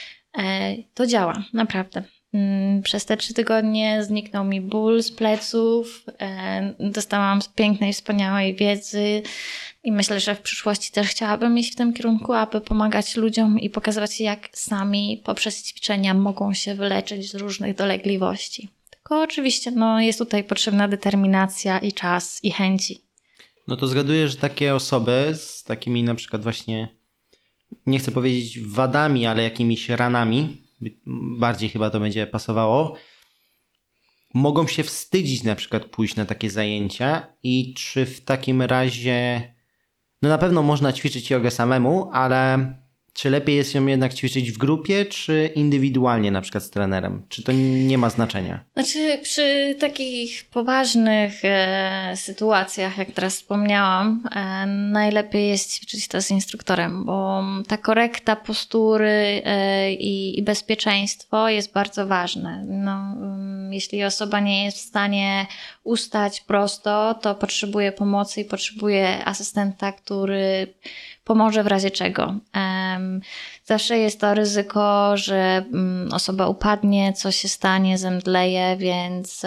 To działa, naprawdę. Przez te 3 tygodnie zniknął mi ból z pleców, dostałam pięknej, wspaniałej wiedzy i myślę, że w przyszłości też chciałabym iść w tym kierunku, aby pomagać ludziom i pokazywać, jak sami poprzez ćwiczenia mogą się wyleczyć z różnych dolegliwości. Tylko oczywiście jest tutaj potrzebna determinacja i czas i chęci. No to zgaduję, że takie osoby z takimi na przykład właśnie, nie chcę powiedzieć wadami, ale jakimiś ranami, bardziej chyba to będzie pasowało, mogą się wstydzić na przykład pójść na takie zajęcia i czy w takim razie, no na pewno można ćwiczyć jogę samemu, ale czy lepiej jest ją jednak ćwiczyć w grupie, czy indywidualnie na przykład z trenerem? Czy to nie ma znaczenia? Znaczy przy takich poważnych sytuacjach, jak teraz wspomniałam, najlepiej jest ćwiczyć to z instruktorem, bo ta korekta postury i bezpieczeństwo jest bardzo ważne. Jeśli osoba nie jest w stanie ustać prosto, to potrzebuje pomocy i potrzebuje asystenta, który pomoże w razie czego. Zawsze jest to ryzyko, że osoba upadnie, coś się stanie, zemdleje, więc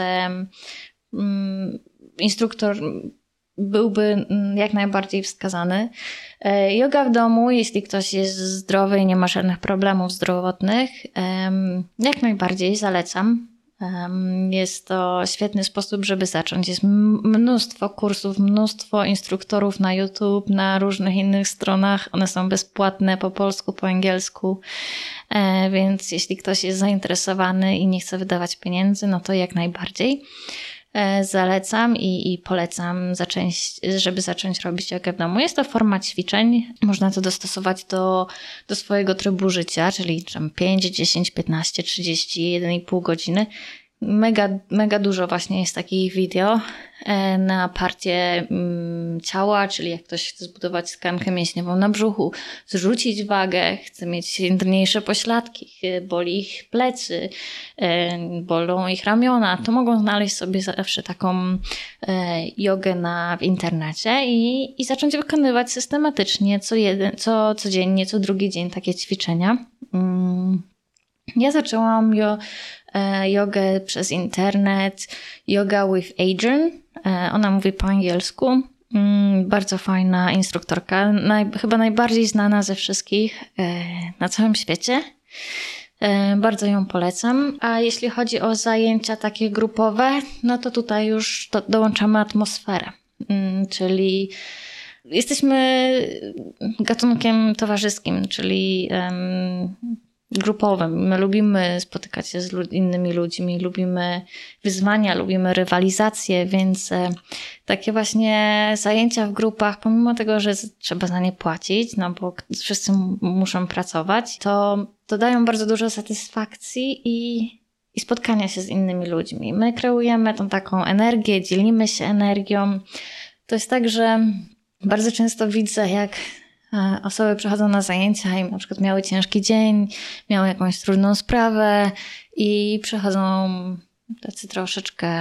instruktor byłby jak najbardziej wskazany. Joga w domu, jeśli ktoś jest zdrowy i nie ma żadnych problemów zdrowotnych, jak najbardziej zalecam. Jest to świetny sposób, żeby zacząć. Jest mnóstwo kursów, mnóstwo instruktorów na YouTube, na różnych innych stronach. One są bezpłatne po polsku, po angielsku, więc jeśli ktoś jest zainteresowany i nie chce wydawać pieniędzy, no to jak najbardziej zalecam i polecam żeby zacząć robić jogę w domu. Jest to forma ćwiczeń. Można to dostosować do swojego trybu życia, czyli 5, 10, 15, 30, 1,5 godziny. Mega dużo właśnie jest takich wideo na partię ciała, czyli jak ktoś chce zbudować tkankę mięśniową na brzuchu, zrzucić wagę, chce mieć drniejsze pośladki, boli ich plecy, bolą ich ramiona, to mogą znaleźć sobie zawsze taką jogę w internecie i zacząć wykonywać systematycznie codziennie, co drugi dzień takie ćwiczenia. Ja zaczęłam jogę przez internet, Yoga with Adriene. Ona mówi po angielsku. Bardzo fajna instruktorka, chyba najbardziej znana ze wszystkich na całym świecie. Bardzo ją polecam. A jeśli chodzi o zajęcia takie grupowe, no to tutaj już dołączamy atmosferę. Czyli jesteśmy gatunkiem towarzyskim, czyli grupowym. My lubimy spotykać się z innymi ludźmi, lubimy wyzwania, lubimy rywalizację, więc takie właśnie zajęcia w grupach, pomimo tego, że trzeba za nie płacić, no bo wszyscy muszą pracować, to dają bardzo dużo satysfakcji i spotkania się z innymi ludźmi. My kreujemy tą taką energię, dzielimy się energią. To jest tak, że bardzo często widzę, jak osoby przychodzą na zajęcia i na przykład miały ciężki dzień, miały jakąś trudną sprawę i przychodzą tacy troszeczkę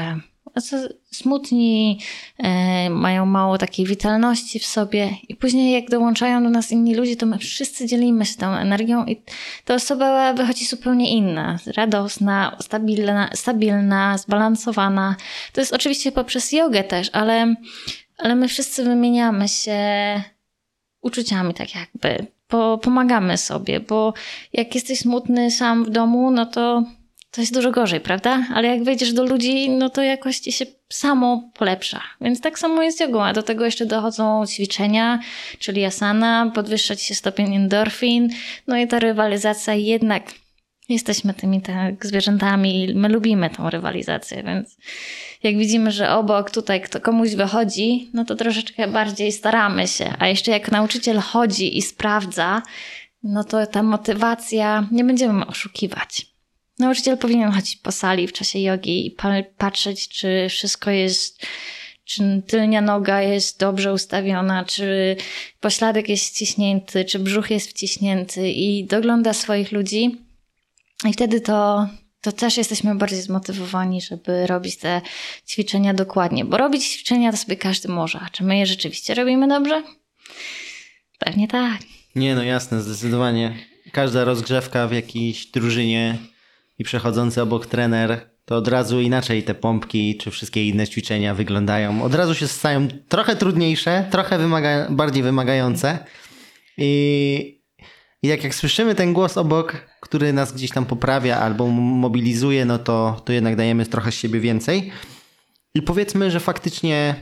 smutni, mają mało takiej witalności w sobie i później jak dołączają do nas inni ludzie, to my wszyscy dzielimy się tą energią i ta osoba wychodzi zupełnie inna, radosna, stabilna, zbalansowana. To jest oczywiście poprzez jogę też, ale my wszyscy wymieniamy się uczuciami tak jakby, pomagamy sobie, bo jak jesteś smutny sam w domu, no to jest dużo gorzej, prawda? Ale jak wejdziesz do ludzi, no to jakoś ci się samo polepsza. Więc tak samo jest z jogą, a do tego jeszcze dochodzą ćwiczenia, czyli asana, podwyższa ci się stopień endorfin, no i ta rywalizacja jednak jesteśmy tymi tak zwierzętami, my lubimy tą rywalizację, więc jak widzimy, że obok tutaj komuś wychodzi, no to troszeczkę bardziej staramy się. A jeszcze jak nauczyciel chodzi i sprawdza, no to ta motywacja, nie będziemy oszukiwać. Nauczyciel powinien chodzić po sali w czasie jogi i patrzeć, czy wszystko jest, czy tylnia noga jest dobrze ustawiona, czy pośladek jest ściśnięty, czy brzuch jest wciśnięty i dogląda swoich ludzi. I wtedy to też jesteśmy bardziej zmotywowani, żeby robić te ćwiczenia dokładnie. Bo robić ćwiczenia to sobie każdy może. A czy my je rzeczywiście robimy dobrze? Pewnie tak. Nie, no jasne, zdecydowanie. Każda rozgrzewka w jakiejś drużynie i przechodzący obok trener, to od razu inaczej te pompki czy wszystkie inne ćwiczenia wyglądają. Od razu się stają trochę trudniejsze, trochę bardziej wymagające. I jak słyszymy ten głos obok, który nas gdzieś tam poprawia albo mobilizuje, no to jednak dajemy trochę z siebie więcej. I powiedzmy, że faktycznie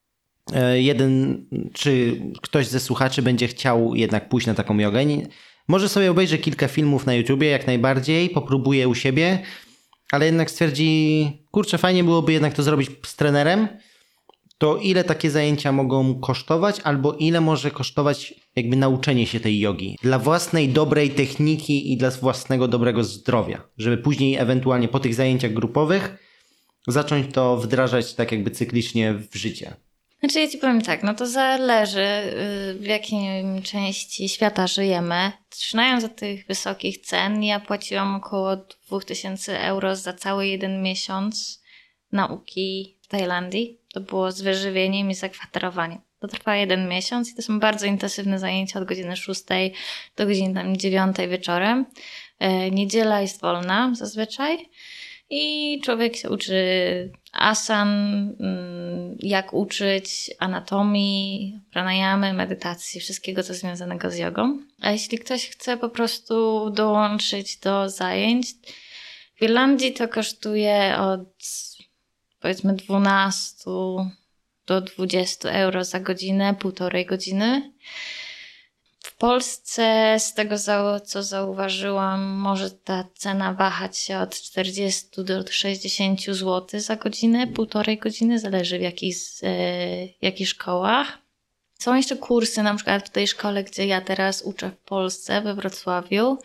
czy ktoś ze słuchaczy będzie chciał jednak pójść na taką jogę. Może sobie obejrzy kilka filmów na YouTubie, jak najbardziej, popróbuje u siebie, ale jednak stwierdzi, kurczę, fajnie byłoby jednak to zrobić z trenerem, to ile takie zajęcia mogą kosztować, albo ile może kosztować jakby nauczenie się tej jogi dla własnej dobrej techniki i dla własnego dobrego zdrowia, żeby później ewentualnie po tych zajęciach grupowych zacząć to wdrażać tak jakby cyklicznie w życie. Znaczy ja ci powiem tak, no to zależy w jakiej części świata żyjemy. Zaczynając od tych wysokich cen, ja płaciłam około 2000 euro za cały 1 miesiąc nauki w Tajlandii. To było z wyżywieniem i zakwaterowaniem. To trwa 1 miesiąc i to są bardzo intensywne zajęcia od godziny 6 do godziny 9 wieczorem. Niedziela jest wolna zazwyczaj. I człowiek się uczy asan, jak uczyć anatomii, pranayamy, medytacji, wszystkiego co związanego z jogą. A jeśli ktoś chce po prostu dołączyć do zajęć, w Irlandii to kosztuje od powiedzmy 12 do 20 euro za godzinę, 1,5 godziny. W Polsce, z tego co zauważyłam, może ta cena wahać się od 40 do 60 zł za godzinę, 1,5 godziny, zależy w jakich szkołach. Są jeszcze kursy, na przykład w tej szkole, gdzie ja teraz uczę w Polsce, we Wrocławiu.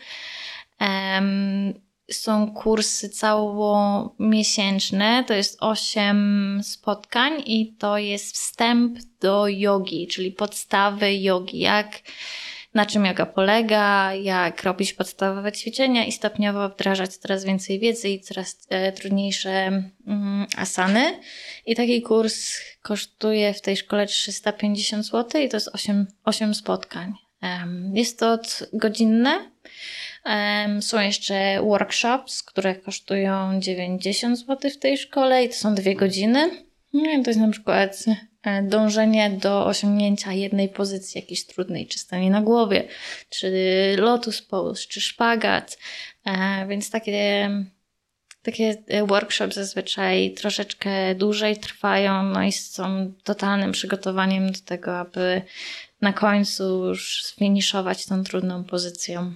Są kursy całomiesięczne, to jest 8 spotkań i to jest wstęp do jogi, czyli podstawy jogi, na czym joga polega, jak robić podstawowe ćwiczenia i stopniowo wdrażać coraz więcej wiedzy i coraz trudniejsze asany. I taki kurs kosztuje w tej szkole 350 zł i to jest 8 spotkań. Jest to godzinne. Są jeszcze workshops, które kosztują 90 zł w tej szkole i to są 2 godziny. To jest na przykład dążenie do osiągnięcia jednej pozycji jakiejś trudnej, czy stanie na głowie, czy lotus pose, czy szpagat. Więc takie workshopy zazwyczaj troszeczkę dłużej trwają, no i są totalnym przygotowaniem do tego, aby na końcu już sfiniszować tą trudną pozycją.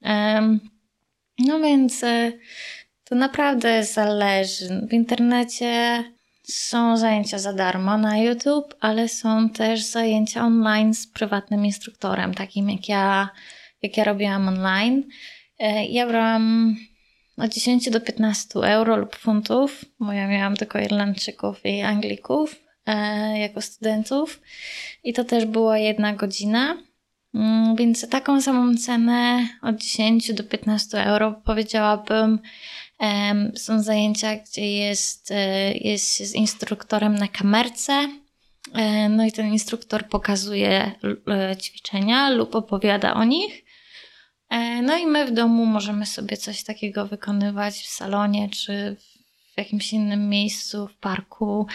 No więc to naprawdę zależy. W internecie są zajęcia za darmo na YouTube, ale są też zajęcia online z prywatnym instruktorem, takim jak ja robiłam online. Ja brałam od 10 do 15 euro lub funtów, bo ja miałam tylko Irlandczyków i Anglików jako studentów i to też była 1 godzina. Więc za taką samą cenę od 10 do 15 euro powiedziałabym, Są zajęcia, gdzie jest się z instruktorem na kamerce. No i ten instruktor pokazuje ćwiczenia lub opowiada o nich. No i my w domu możemy sobie coś takiego wykonywać w salonie czy w jakimś innym miejscu, w parku,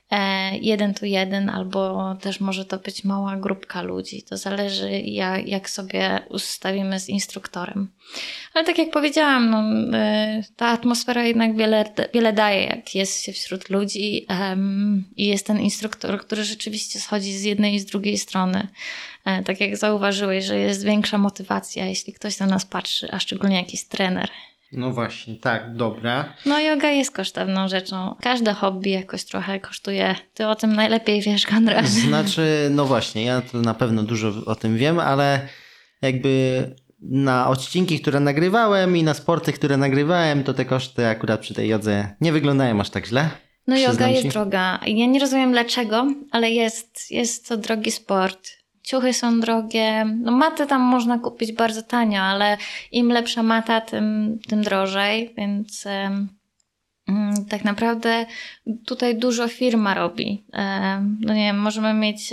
1-to-1, albo też może to być mała grupka ludzi. To zależy jak sobie ustawimy z instruktorem. Ale tak jak powiedziałam, ta atmosfera jednak wiele daje, jak jest się wśród ludzi i jest ten instruktor, który rzeczywiście schodzi z jednej i z drugiej strony. Tak jak zauważyłeś, że jest większa motywacja, jeśli ktoś na nas patrzy, a szczególnie jakiś trener. No właśnie, tak, dobra. No yoga jest kosztowną rzeczą. Każde hobby jakoś trochę kosztuje. Ty o tym najlepiej wiesz, Konrad. Znaczy, no właśnie, ja to na pewno dużo o tym wiem, ale jakby na odcinki, które nagrywałem i na sporty, które nagrywałem, to te koszty akurat przy tej jodze nie wyglądają aż tak źle. No yoga Przyznam jest ci. droga. Ja nie rozumiem dlaczego, ale jest to drogi sport. Ciuchy są drogie. No maty tam można kupić bardzo tanio, ale im lepsza mata, tym drożej, więc tak naprawdę tutaj dużo firma robi. No nie wiem, możemy mieć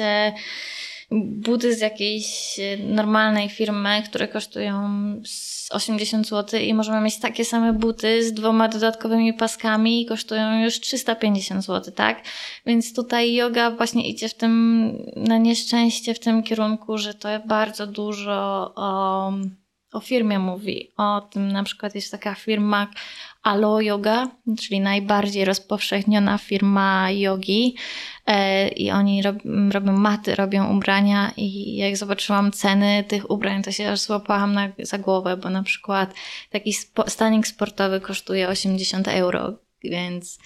buty z jakiejś normalnej firmy, które kosztują 80 zł i możemy mieć takie same buty z 2 dodatkowymi paskami i kosztują już 350 zł, tak? Więc tutaj yoga właśnie idzie na nieszczęście w tym kierunku, że to bardzo dużo o firmie mówi. O tym na przykład jest taka firma Alo Yoga, czyli najbardziej rozpowszechniona firma jogi i oni robią maty, robią ubrania i jak zobaczyłam ceny tych ubrań, to się aż złapałam za głowę, bo na przykład taki stanik sportowy kosztuje 80 €, więc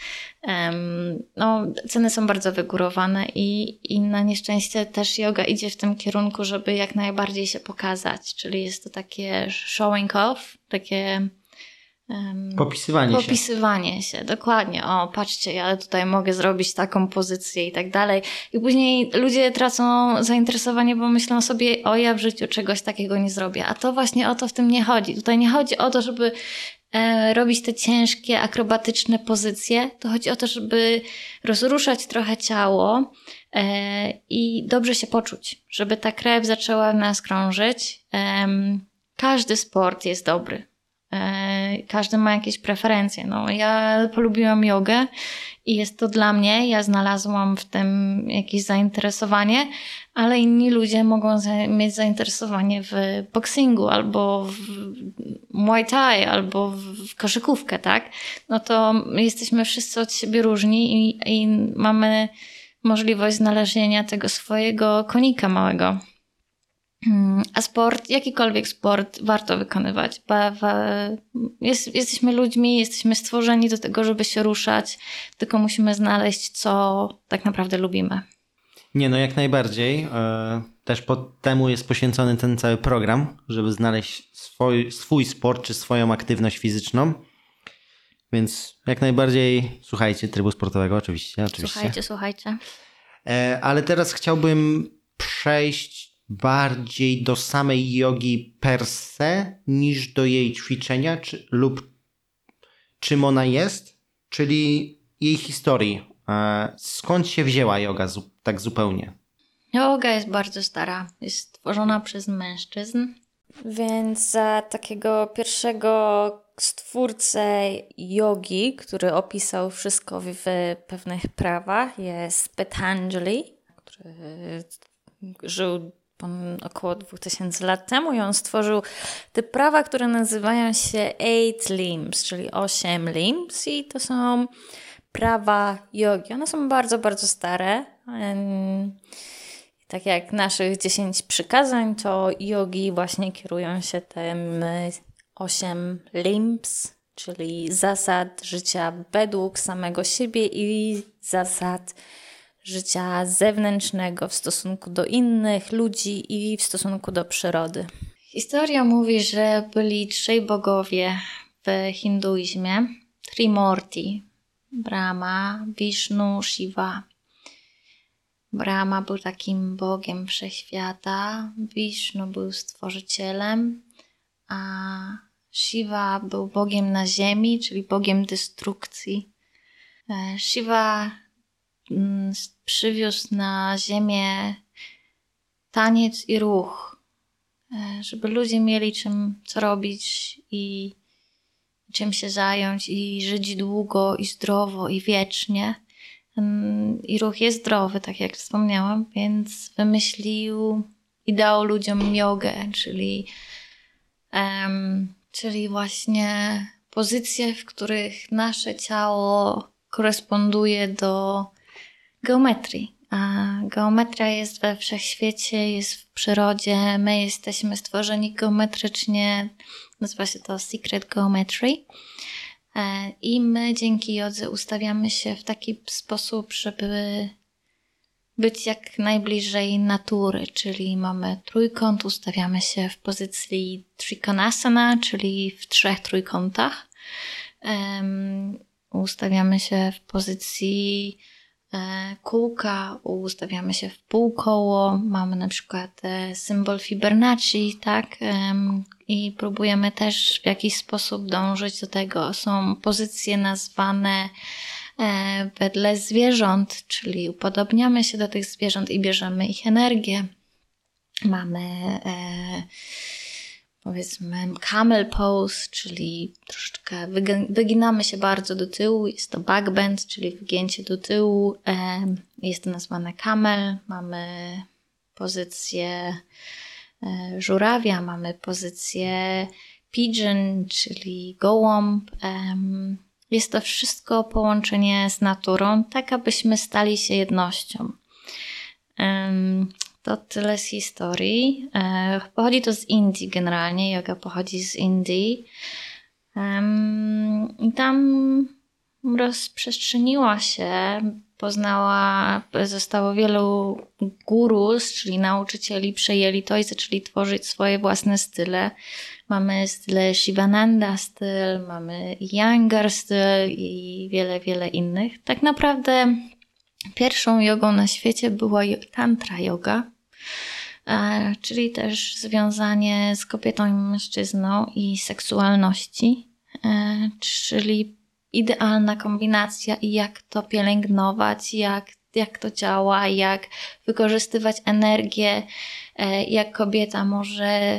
ceny są bardzo wygórowane i na nieszczęście też yoga idzie w tym kierunku, żeby jak najbardziej się pokazać, czyli jest to takie showing off, takie popisywanie się, dokładnie. O, patrzcie, ja tutaj mogę zrobić taką pozycję i tak dalej. I później ludzie tracą zainteresowanie, bo myślą sobie, o, ja w życiu czegoś takiego nie zrobię. A to właśnie o to w tym nie chodzi. Tutaj nie chodzi o to, żeby robić te ciężkie, akrobatyczne pozycje. To chodzi o to, żeby rozruszać trochę ciało i dobrze się poczuć, żeby ta krew zaczęła w nas krążyć. Każdy sport jest dobry. Każdy ma jakieś preferencje. No, ja polubiłam jogę i jest to dla mnie. Ja znalazłam w tym jakieś zainteresowanie, ale inni ludzie mogą mieć zainteresowanie w boksingu albo w muay thai albo w koszykówkę, tak? No to jesteśmy wszyscy od siebie różni i mamy możliwość znalezienia tego swojego konika małego. A sport, jakikolwiek sport warto wykonywać. Jesteśmy ludźmi, jesteśmy stworzeni do tego, żeby się ruszać, tylko musimy znaleźć, co tak naprawdę lubimy. Nie, no jak najbardziej. Też pod temu jest poświęcony ten cały program, żeby znaleźć swój sport czy swoją aktywność fizyczną. Więc jak najbardziej słuchajcie trybu sportowego, oczywiście. Słuchajcie. Ale teraz chciałbym przejść bardziej do samej jogi per se niż do jej ćwiczenia lub czym ona jest, czyli jej historii. Skąd się wzięła joga tak zupełnie? Joga jest bardzo stara. Jest stworzona przez mężczyzn. Więc za takiego pierwszego stwórcę jogi, który opisał wszystko w pewnych prawach, jest Patanjali, który żył około 2000 lat temu i on stworzył te prawa, które nazywają się 8 limbs, czyli 8 limbs i to są prawa jogi. One są bardzo, bardzo stare. Tak jak naszych 10 przykazań, to jogi właśnie kierują się tym 8 limbs, czyli zasad życia według samego siebie i zasad życia zewnętrznego w stosunku do innych ludzi i w stosunku do przyrody. Historia mówi, że byli 3 bogowie w hinduizmie. Trimurti. Brahma, Vishnu, Shiva. Brahma był takim bogiem wszechświata. Vishnu był stworzycielem. A Shiva był bogiem na ziemi, czyli bogiem destrukcji. Shiva przywiózł na ziemię taniec i ruch, żeby ludzie mieli co robić i czym się zająć i żyć długo i zdrowo i wiecznie. I ruch jest zdrowy, tak jak wspomniałam, więc wymyślił i dał ludziom jogę, czyli właśnie pozycje, w których nasze ciało koresponduje do geometrii. A geometria jest we wszechświecie, jest w przyrodzie. My jesteśmy stworzeni geometrycznie. Nazywa się to Secret Geometry. I my dzięki jodze ustawiamy się w taki sposób, żeby być jak najbliżej natury, czyli mamy trójkąt, ustawiamy się w pozycji Trikonasana, czyli w 3 trójkątach. Ustawiamy się w pozycji kółka, ustawiamy się w półkoło, mamy na przykład symbol Fibonacci, tak? I próbujemy też w jakiś sposób dążyć do tego. Są pozycje nazwane wedle zwierząt, czyli upodobniamy się do tych zwierząt i bierzemy ich energię. Mamy powiedzmy camel pose, czyli troszeczkę wyginamy się bardzo do tyłu. Jest to backbend, czyli wygięcie do tyłu. Jest to nazwane camel. Mamy pozycję żurawia, mamy pozycję pigeon, czyli gołąb. Jest to wszystko połączenie z naturą, tak abyśmy stali się jednością. To tyle z historii. Pochodzi to z Indii generalnie. Joga pochodzi z Indii. I tam rozprzestrzeniła się, zostało wielu gurus, czyli nauczycieli, przejęli to i zaczęli tworzyć swoje własne style. Mamy style Shivananda styl, mamy Iyengar styl i wiele, wiele innych. Tak naprawdę pierwszą jogą na świecie była tantra yoga, czyli też związanie z kobietą i mężczyzną i seksualności, czyli idealna kombinacja i jak to pielęgnować, jak to działa, jak wykorzystywać energię, jak kobieta może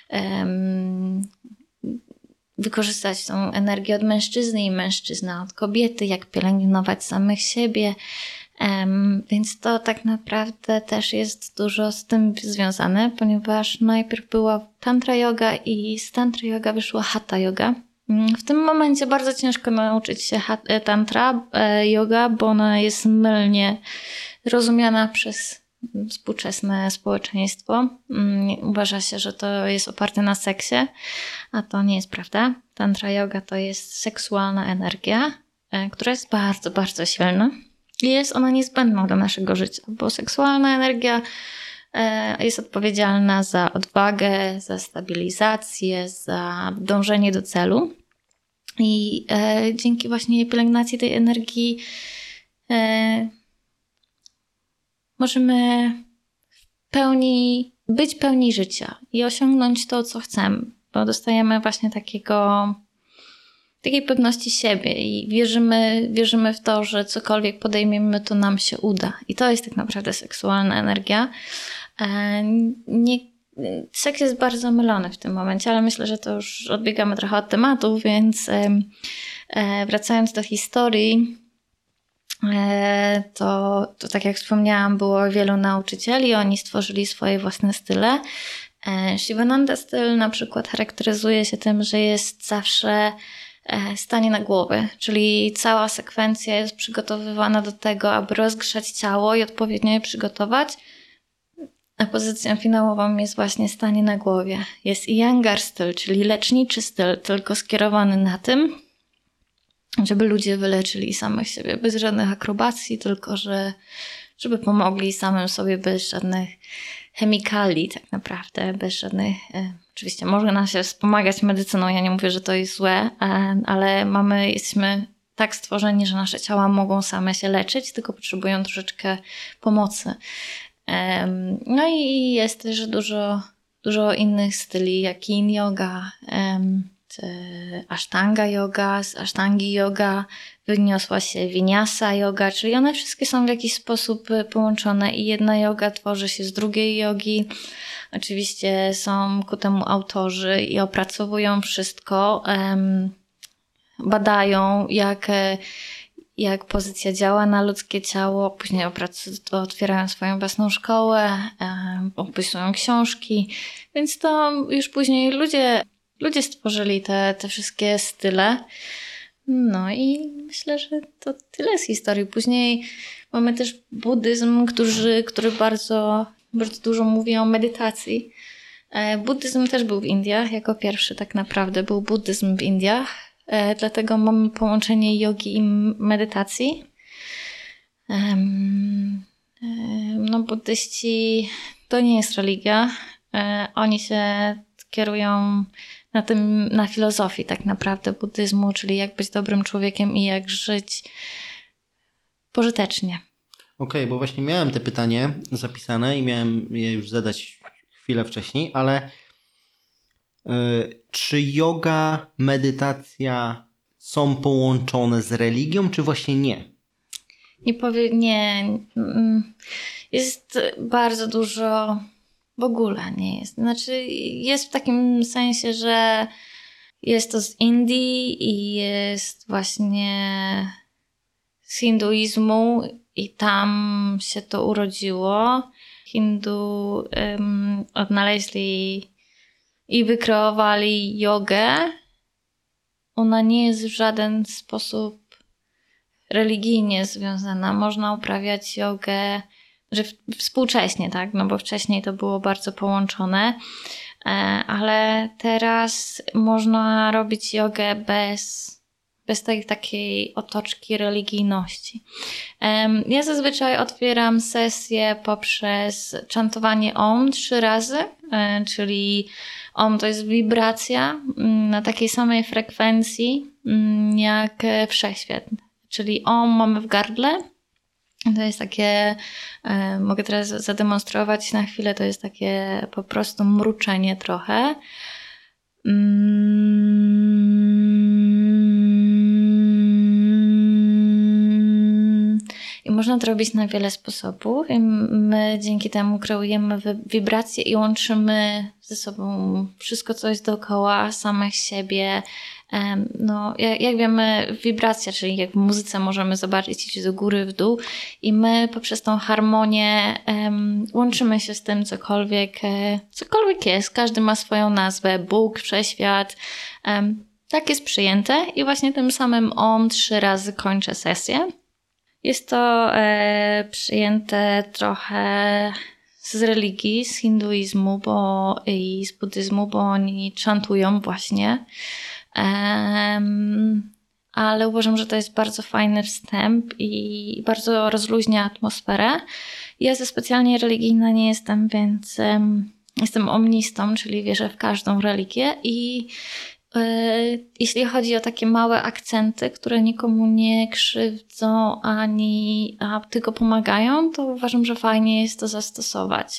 wykorzystać tą energię od mężczyzny i mężczyzna od kobiety, jak pielęgnować samych siebie. Więc to tak naprawdę też jest dużo z tym związane, ponieważ najpierw była tantra yoga i z tantra yoga wyszła hatha yoga. W tym momencie bardzo ciężko nauczyć się tantra yoga, bo ona jest mylnie rozumiana przez współczesne społeczeństwo. Uważa się, że to jest oparte na seksie, a to nie jest prawda. Tantra yoga to jest seksualna energia, która jest bardzo, bardzo silna. I jest ona niezbędna do naszego życia, bo seksualna energia jest odpowiedzialna za odwagę, za stabilizację, za dążenie do celu. I dzięki właśnie pielęgnacji tej energii możemy być pełni życia i osiągnąć to, co chcemy, bo dostajemy właśnie takiej pewności siebie i wierzymy w to, że cokolwiek podejmiemy, to nam się uda. I to jest tak naprawdę seksualna energia. Seks jest bardzo mylony w tym momencie, ale myślę, że to już odbiegamy trochę od tematu, więc wracając do historii, to tak jak wspomniałam, było wielu nauczycieli, oni stworzyli swoje własne style. Shivananda styl na przykład charakteryzuje się tym, że jest zawsze stanie na głowie, czyli cała sekwencja jest przygotowywana do tego, aby rozgrzać ciało i odpowiednio je przygotować. A pozycją finałową jest właśnie stanie na głowie. Jest Iyengar styl, czyli leczniczy styl, tylko skierowany na tym, żeby ludzie wyleczyli samych siebie bez żadnych akrobacji, tylko żeby pomogli samym sobie bez żadnych chemikali tak naprawdę, bez żadnych... Oczywiście można się wspomagać medycyną, ja nie mówię, że to jest złe, ale jesteśmy tak stworzeni, że nasze ciała mogą same się leczyć, tylko potrzebują troszeczkę pomocy. No i jest też dużo innych styli, jak yin yoga, jest Ashtanga yoga, z Ashtangi yoga wyniosła się Vinyasa yoga, czyli one wszystkie są w jakiś sposób połączone i jedna yoga tworzy się z drugiej jogi. Oczywiście są ku temu autorzy i opracowują wszystko, badają jak pozycja działa na ludzkie ciało, później otwierają swoją własną szkołę, opisują książki, więc to już później ludzie stworzyli te wszystkie style. No i myślę, że to tyle z historii. Później mamy też buddyzm, który bardzo, bardzo dużo mówi o medytacji. Buddyzm też był w Indiach, jako pierwszy tak naprawdę był buddyzm w Indiach. Dlatego mamy połączenie jogi i medytacji. No, buddyści to nie jest religia. Oni się kierują na filozofii tak naprawdę buddyzmu, czyli jak być dobrym człowiekiem i jak żyć pożytecznie. Okej, bo właśnie miałem te pytanie zapisane i miałem je już zadać chwilę wcześniej, ale czy yoga, medytacja są połączone z religią, czy właśnie nie? Nie. Jest bardzo dużo, w ogóle nie jest. Znaczy jest w takim sensie, że jest to z Indii i jest właśnie z hinduizmu i tam się to urodziło. Hindu odnaleźli i wykreowali jogę. Ona nie jest w żaden sposób religijnie związana. Można uprawiać jogę, że współcześnie, tak? No bo wcześniej to było bardzo połączone, ale teraz można robić jogę bez tej takiej otoczki religijności. Ja zazwyczaj otwieram sesję poprzez czantowanie Om 3 razy, czyli Om to jest wibracja na takiej samej frekwencji jak wszechświat. Czyli Om mamy w gardle. To jest takie, mogę teraz zademonstrować na chwilę, to jest takie po prostu mruczenie trochę. I można to robić na wiele sposobów. I my dzięki temu kreujemy wibracje i łączymy ze sobą wszystko, co jest dookoła, samych siebie. No, jak wiemy, wibracja, czyli jak w muzyce możemy zobaczyć iść do góry, w dół i my poprzez tą harmonię łączymy się z tym cokolwiek jest. Każdy ma swoją nazwę, Bóg, Wszechświat. Tak jest przyjęte i właśnie tym samym Om 3 razy kończę sesję. Jest to przyjęte trochę z religii, z hinduizmu i z buddyzmu, bo oni chantują właśnie. Ale uważam, że to jest bardzo fajny wstęp i bardzo rozluźnia atmosferę. Ja ze specjalnie religijna nie jestem, więc jestem omnistą, czyli wierzę w każdą religię i jeśli chodzi o takie małe akcenty, które nikomu nie krzywdzą a tylko pomagają, to uważam, że fajnie jest to zastosować.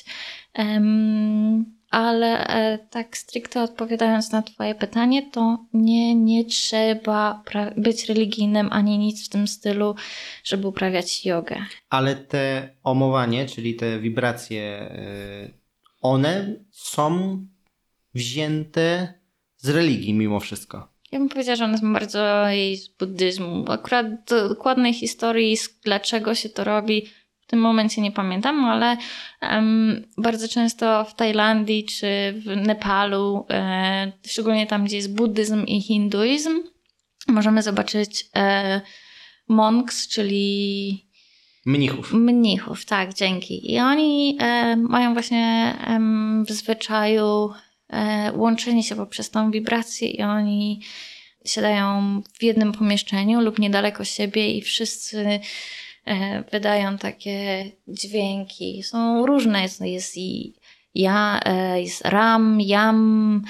Ale tak stricte odpowiadając na twoje pytanie, to nie trzeba być religijnym ani nic w tym stylu, żeby uprawiać jogę. Ale te omowanie, czyli te wibracje, one są wzięte z religii mimo wszystko. Ja bym powiedziała, że one są bardzo z buddyzmu. Akurat dokładnej historii, dlaczego się to robi, w tym momencie nie pamiętam, ale bardzo często w Tajlandii czy w Nepalu, szczególnie tam, gdzie jest buddyzm i hinduizm, możemy zobaczyć monks, czyli Mnichów, tak, dzięki. I oni mają właśnie w zwyczaju łączenie się poprzez tą wibrację i oni siadają w jednym pomieszczeniu lub niedaleko siebie i wszyscy wydają takie dźwięki. Są różne, jest jest Ram, Yam,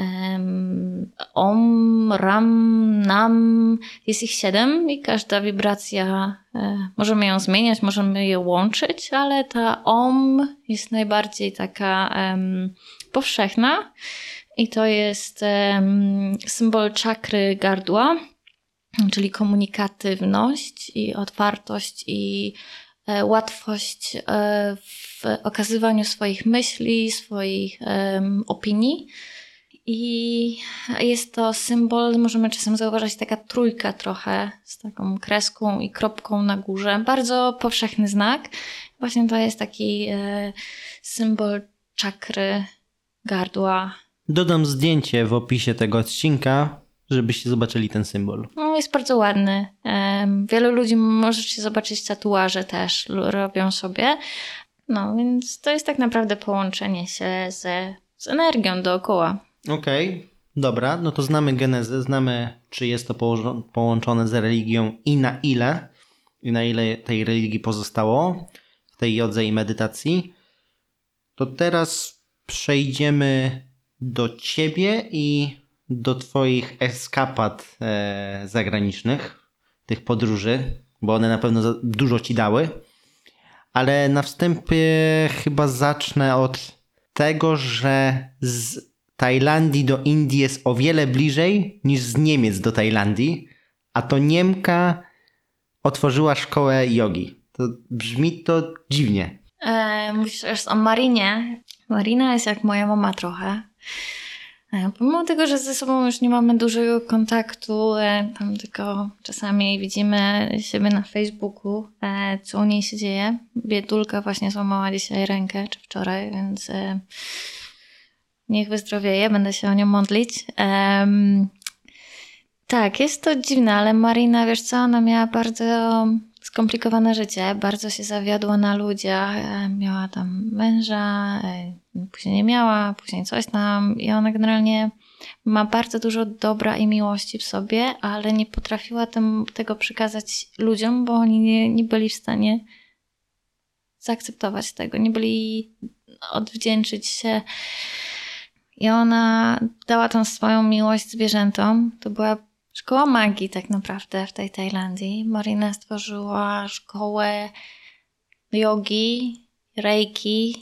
Om, Ram, Nam. Jest ich 7 i każda wibracja, możemy ją zmieniać, możemy je łączyć, ale ta Om jest najbardziej taka powszechna i to jest symbol czakry gardła, czyli komunikatywność i otwartość i łatwość w okazywaniu swoich myśli, swoich opinii. I jest to symbol, możemy czasem zauważyć, taka trójka trochę z taką kreską i kropką na górze. Bardzo powszechny znak. Właśnie to jest taki symbol czakry gardła. Dodam zdjęcie w opisie tego odcinka, żebyście zobaczyli ten symbol. No, jest bardzo ładny. Wielu ludzi, możecie zobaczyć, tatuaże też robią sobie. No, więc to jest tak naprawdę połączenie się z energią dookoła. Okej, dobra, no to znamy genezę, znamy, czy jest to połączone z religią i na ile tej religii pozostało w tej jodze i medytacji. To teraz przejdziemy do ciebie i do twoich eskapad zagranicznych, tych podróży, bo one na pewno dużo ci dały. Ale na wstępie chyba zacznę od tego, że z Tajlandii do Indii jest o wiele bliżej niż z Niemiec do Tajlandii, a to Niemka otworzyła szkołę jogi. To brzmi to dziwnie. Mówisz o Marinie. Marina jest jak moja mama trochę. Pomimo tego, że ze sobą już nie mamy dużego kontaktu, tam tylko czasami widzimy siebie na Facebooku, co u niej się dzieje. Biedulka właśnie złamała dzisiaj rękę, czy wczoraj, więc niech wyzdrowieje, będę się o nią modlić. Tak, jest to dziwne, ale Marina, wiesz co, ona miała bardzo skomplikowane życie, bardzo się zawiodła na ludziach, miała tam męża, później nie miała, później coś tam i ona generalnie ma bardzo dużo dobra i miłości w sobie, ale nie potrafiła tego przekazać ludziom, bo oni nie byli w stanie zaakceptować tego, nie byli odwdzięczyć się i ona dała tą swoją miłość zwierzętom. To była szkoła magii tak naprawdę w tej Tajlandii. Marina stworzyła szkołę jogi, reiki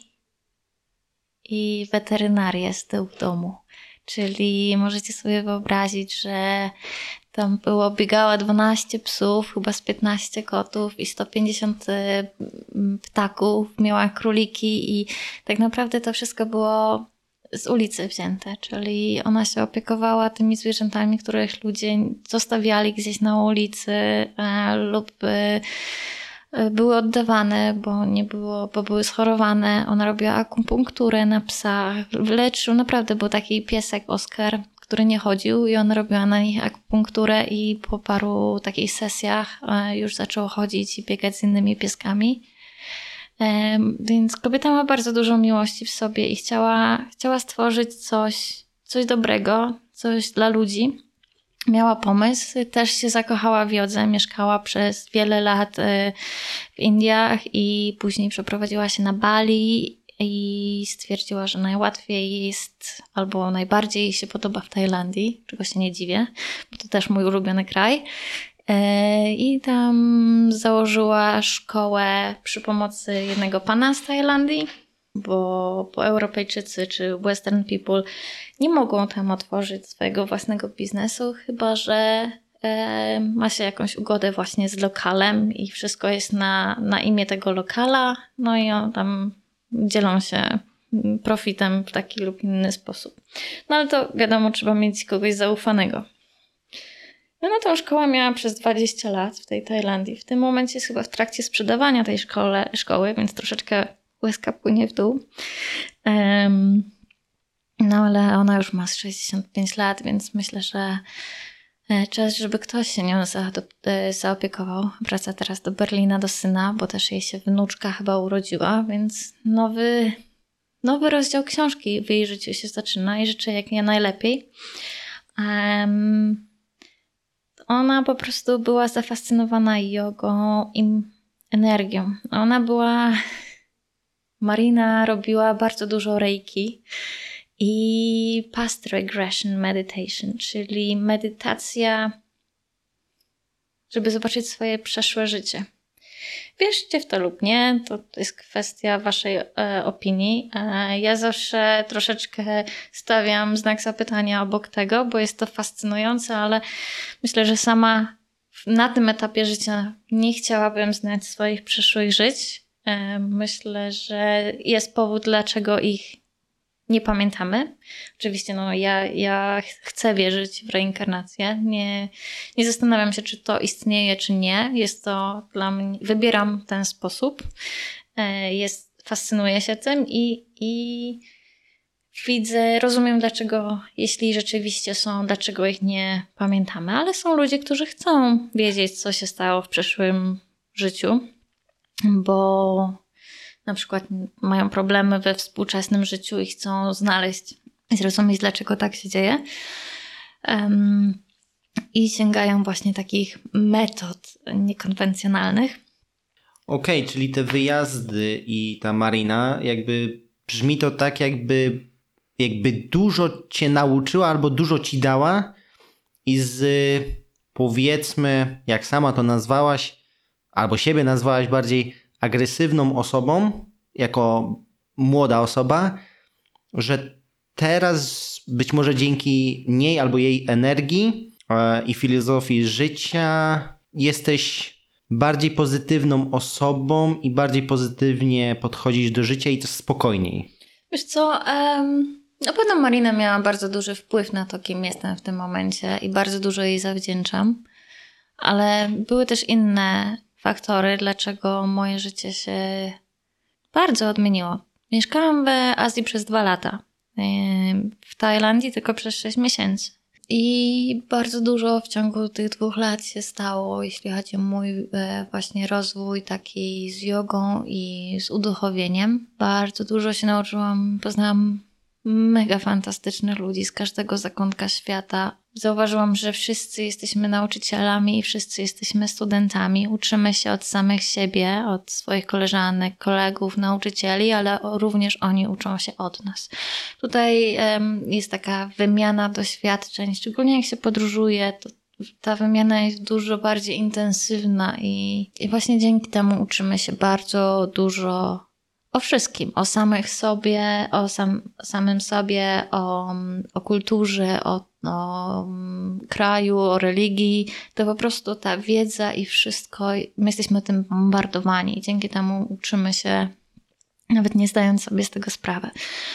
i weterynarię z tyłu domu. Czyli możecie sobie wyobrazić, że tam biegała 12 psów, chyba z 15 kotów i 150 ptaków. Miała króliki i tak naprawdę to wszystko było z ulicy wzięte, czyli ona się opiekowała tymi zwierzętami, których ludzie zostawiali gdzieś na ulicy lub były oddawane, bo były schorowane. Ona robiła akupunkturę na psach, leczył, naprawdę był taki piesek Oskar, który nie chodził i ona robiła na nich akupunkturę i po paru takich sesjach już zaczął chodzić i biegać z innymi pieskami. Więc kobieta ma bardzo dużo miłości w sobie i chciała stworzyć coś dobrego, coś dla ludzi. Miała pomysł, też się zakochała w jodze, mieszkała przez wiele lat w Indiach i później przeprowadziła się na Bali i stwierdziła, że najłatwiej jest albo najbardziej jej się podoba w Tajlandii, czego się nie dziwię, bo to też mój ulubiony kraj. I tam założyła szkołę przy pomocy jednego pana z Tajlandii, bo Europejczycy czy Western people nie mogą tam otworzyć swojego własnego biznesu, chyba że ma się jakąś ugodę właśnie z lokalem i wszystko jest na imię tego lokala, no i on tam dzielą się profitem w taki lub inny sposób. No ale to wiadomo, trzeba mieć kogoś zaufanego. No tą szkołę miała przez 20 lat w tej Tajlandii. W tym momencie jest chyba w trakcie sprzedawania tej szkoły, więc troszeczkę łezka płynie w dół. No ale ona już ma 65 lat, więc myślę, że czas, żeby ktoś się nią zaopiekował. Wraca teraz do Berlina, do syna, bo też jej się wnuczka chyba urodziła, więc nowy rozdział książki w jej życiu się zaczyna i życzę jak nie najlepiej. Ona po prostu była zafascynowana jogą i energią. Marina robiła bardzo dużo reiki i past regression meditation, czyli medytacja, żeby zobaczyć swoje przeszłe życie. Wierzcie w to lub nie, to jest kwestia waszej opinii. Ja zawsze troszeczkę stawiam znak zapytania obok tego, bo jest to fascynujące, ale myślę, że sama na tym etapie życia nie chciałabym znać swoich przyszłych żyć. Myślę, że jest powód, dlaczego ich nie pamiętamy. Oczywiście ja chcę wierzyć w reinkarnację. Nie zastanawiam się, czy to istnieje, czy nie. Jest to dla mnie, wybieram ten sposób. Fascynuję się tym i widzę, rozumiem dlaczego, jeśli rzeczywiście są, dlaczego ich nie pamiętamy. Ale są ludzie, którzy chcą wiedzieć, co się stało w przyszłym życiu, bo na przykład mają problemy we współczesnym życiu i chcą znaleźć i zrozumieć, dlaczego tak się dzieje. I sięgają właśnie takich metod niekonwencjonalnych. Okej, czyli te wyjazdy i ta marina, jakby brzmi to tak, jakby dużo cię nauczyła albo dużo ci dała i powiedzmy, jak sama to nazwałaś, albo siebie nazwałaś bardziej agresywną osobą, jako młoda osoba, że teraz być może dzięki niej albo jej energii i filozofii życia jesteś bardziej pozytywną osobą i bardziej pozytywnie podchodzisz do życia i to spokojniej. Wiesz co, na pewno Marina miała bardzo duży wpływ na to, kim jestem w tym momencie i bardzo dużo jej zawdzięczam, ale były też inne faktory, dlaczego moje życie się bardzo odmieniło. Mieszkałam w Azji przez 2 lata, w Tajlandii tylko przez 6 miesięcy. I bardzo dużo w ciągu tych 2 lat się stało, jeśli chodzi o mój właśnie rozwój taki z jogą i z uduchowieniem. Bardzo dużo się nauczyłam, poznałam mega fantastycznych ludzi z każdego zakątka świata. Zauważyłam, że wszyscy jesteśmy nauczycielami i wszyscy jesteśmy studentami. Uczymy się od samych siebie, od swoich koleżanek, kolegów, nauczycieli, ale również oni uczą się od nas. Tutaj jest taka wymiana doświadczeń, szczególnie jak się podróżuje, to ta wymiana jest dużo bardziej intensywna i właśnie dzięki temu uczymy się bardzo dużo o wszystkim, o samych sobie, o samym sobie, o kulturze, o kraju, o religii. To po prostu ta wiedza i wszystko, my jesteśmy tym bombardowani i dzięki temu uczymy się, nawet nie zdając sobie z tego sprawy.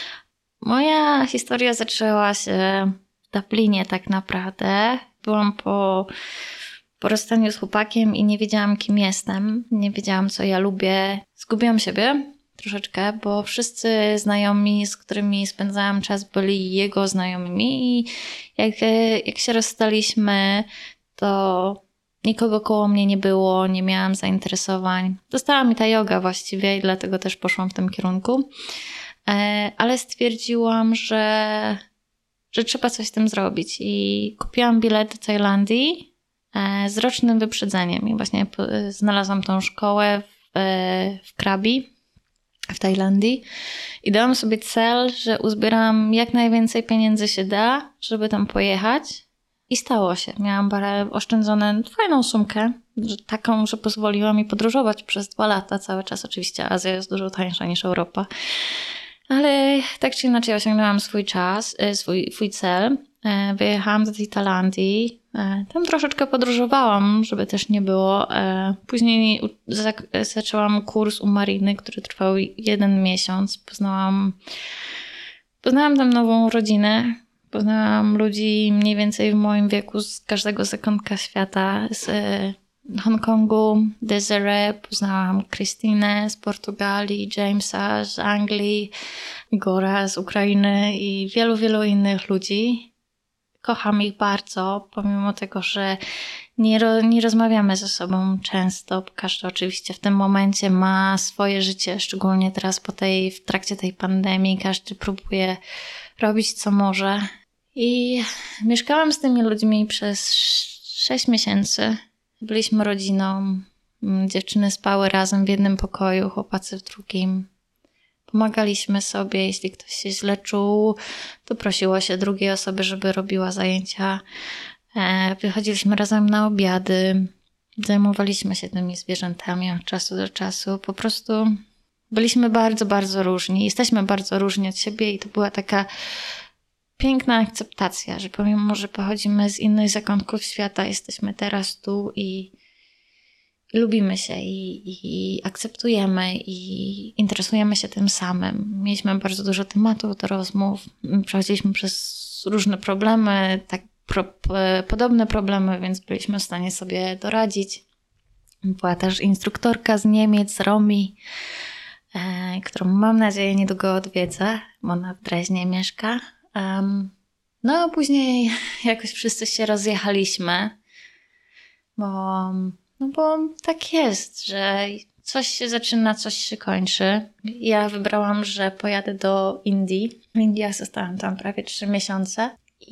Moja historia zaczęła się w Dublinie tak naprawdę. Byłam po rozstaniu z chłopakiem i nie wiedziałam, kim jestem. Nie wiedziałam, co ja lubię. Zgubiłam siebie troszeczkę, bo wszyscy znajomi, z którymi spędzałam czas, byli jego znajomymi i jak się rozstaliśmy, to nikogo koło mnie nie było, nie miałam zainteresowań. Dostała mi ta joga właściwie i dlatego też poszłam w tym kierunku. Ale stwierdziłam, że trzeba coś z tym zrobić i kupiłam bilet do Tajlandii z rocznym wyprzedzeniem i właśnie znalazłam tą szkołę w Krabi w Tajlandii i dałam sobie cel, że uzbieram jak najwięcej pieniędzy się da, żeby tam pojechać i stało się. Miałam oszczędzone fajną sumkę, taką, że pozwoliła mi podróżować przez 2 lata cały czas. Oczywiście Azja jest dużo tańsza niż Europa, ale tak czy inaczej osiągnęłam swój cel. Wyjechałam do tej Tajlandii. Tam troszeczkę podróżowałam, żeby też nie było. Później zaczęłam kurs u Mariny, który trwał 1 miesiąc. Poznałam tam nową rodzinę. Poznałam ludzi mniej więcej w moim wieku z każdego zakątka świata. Z Hongkongu, Desiree, poznałam Krystynę z Portugalii, Jamesa z Anglii, Igora z Ukrainy i wielu, wielu innych ludzi. Kocham ich bardzo, pomimo tego, że nie rozmawiamy ze sobą często. Każdy oczywiście w tym momencie ma swoje życie, szczególnie teraz w trakcie tej pandemii. Każdy próbuje robić co może. I mieszkałam z tymi ludźmi przez 6 miesięcy. Byliśmy rodziną. Dziewczyny spały razem w jednym pokoju, chłopacy w drugim. Pomagaliśmy sobie, jeśli ktoś się źle czuł, to prosiło się drugiej osoby, żeby robiła zajęcia. Wychodziliśmy razem na obiady. Zajmowaliśmy się tymi zwierzętami od czasu do czasu. Po prostu byliśmy bardzo, bardzo różni. Jesteśmy bardzo różni od siebie i to była taka piękna akceptacja, że pomimo, że pochodzimy z innych zakątków świata, jesteśmy teraz tu i lubimy się i akceptujemy i interesujemy się tym samym. Mieliśmy bardzo dużo tematów do rozmów, przechodziliśmy przez różne problemy, tak podobne problemy, więc byliśmy w stanie sobie doradzić. Była też instruktorka z Niemiec, Romi, którą mam nadzieję niedługo odwiedzę, bo ona w Dreźnie mieszka. No a później jakoś wszyscy się rozjechaliśmy, bo tak jest, że coś się zaczyna, coś się kończy. Ja wybrałam, że pojadę do Indii. W Indiach zostałam tam prawie 3 miesiące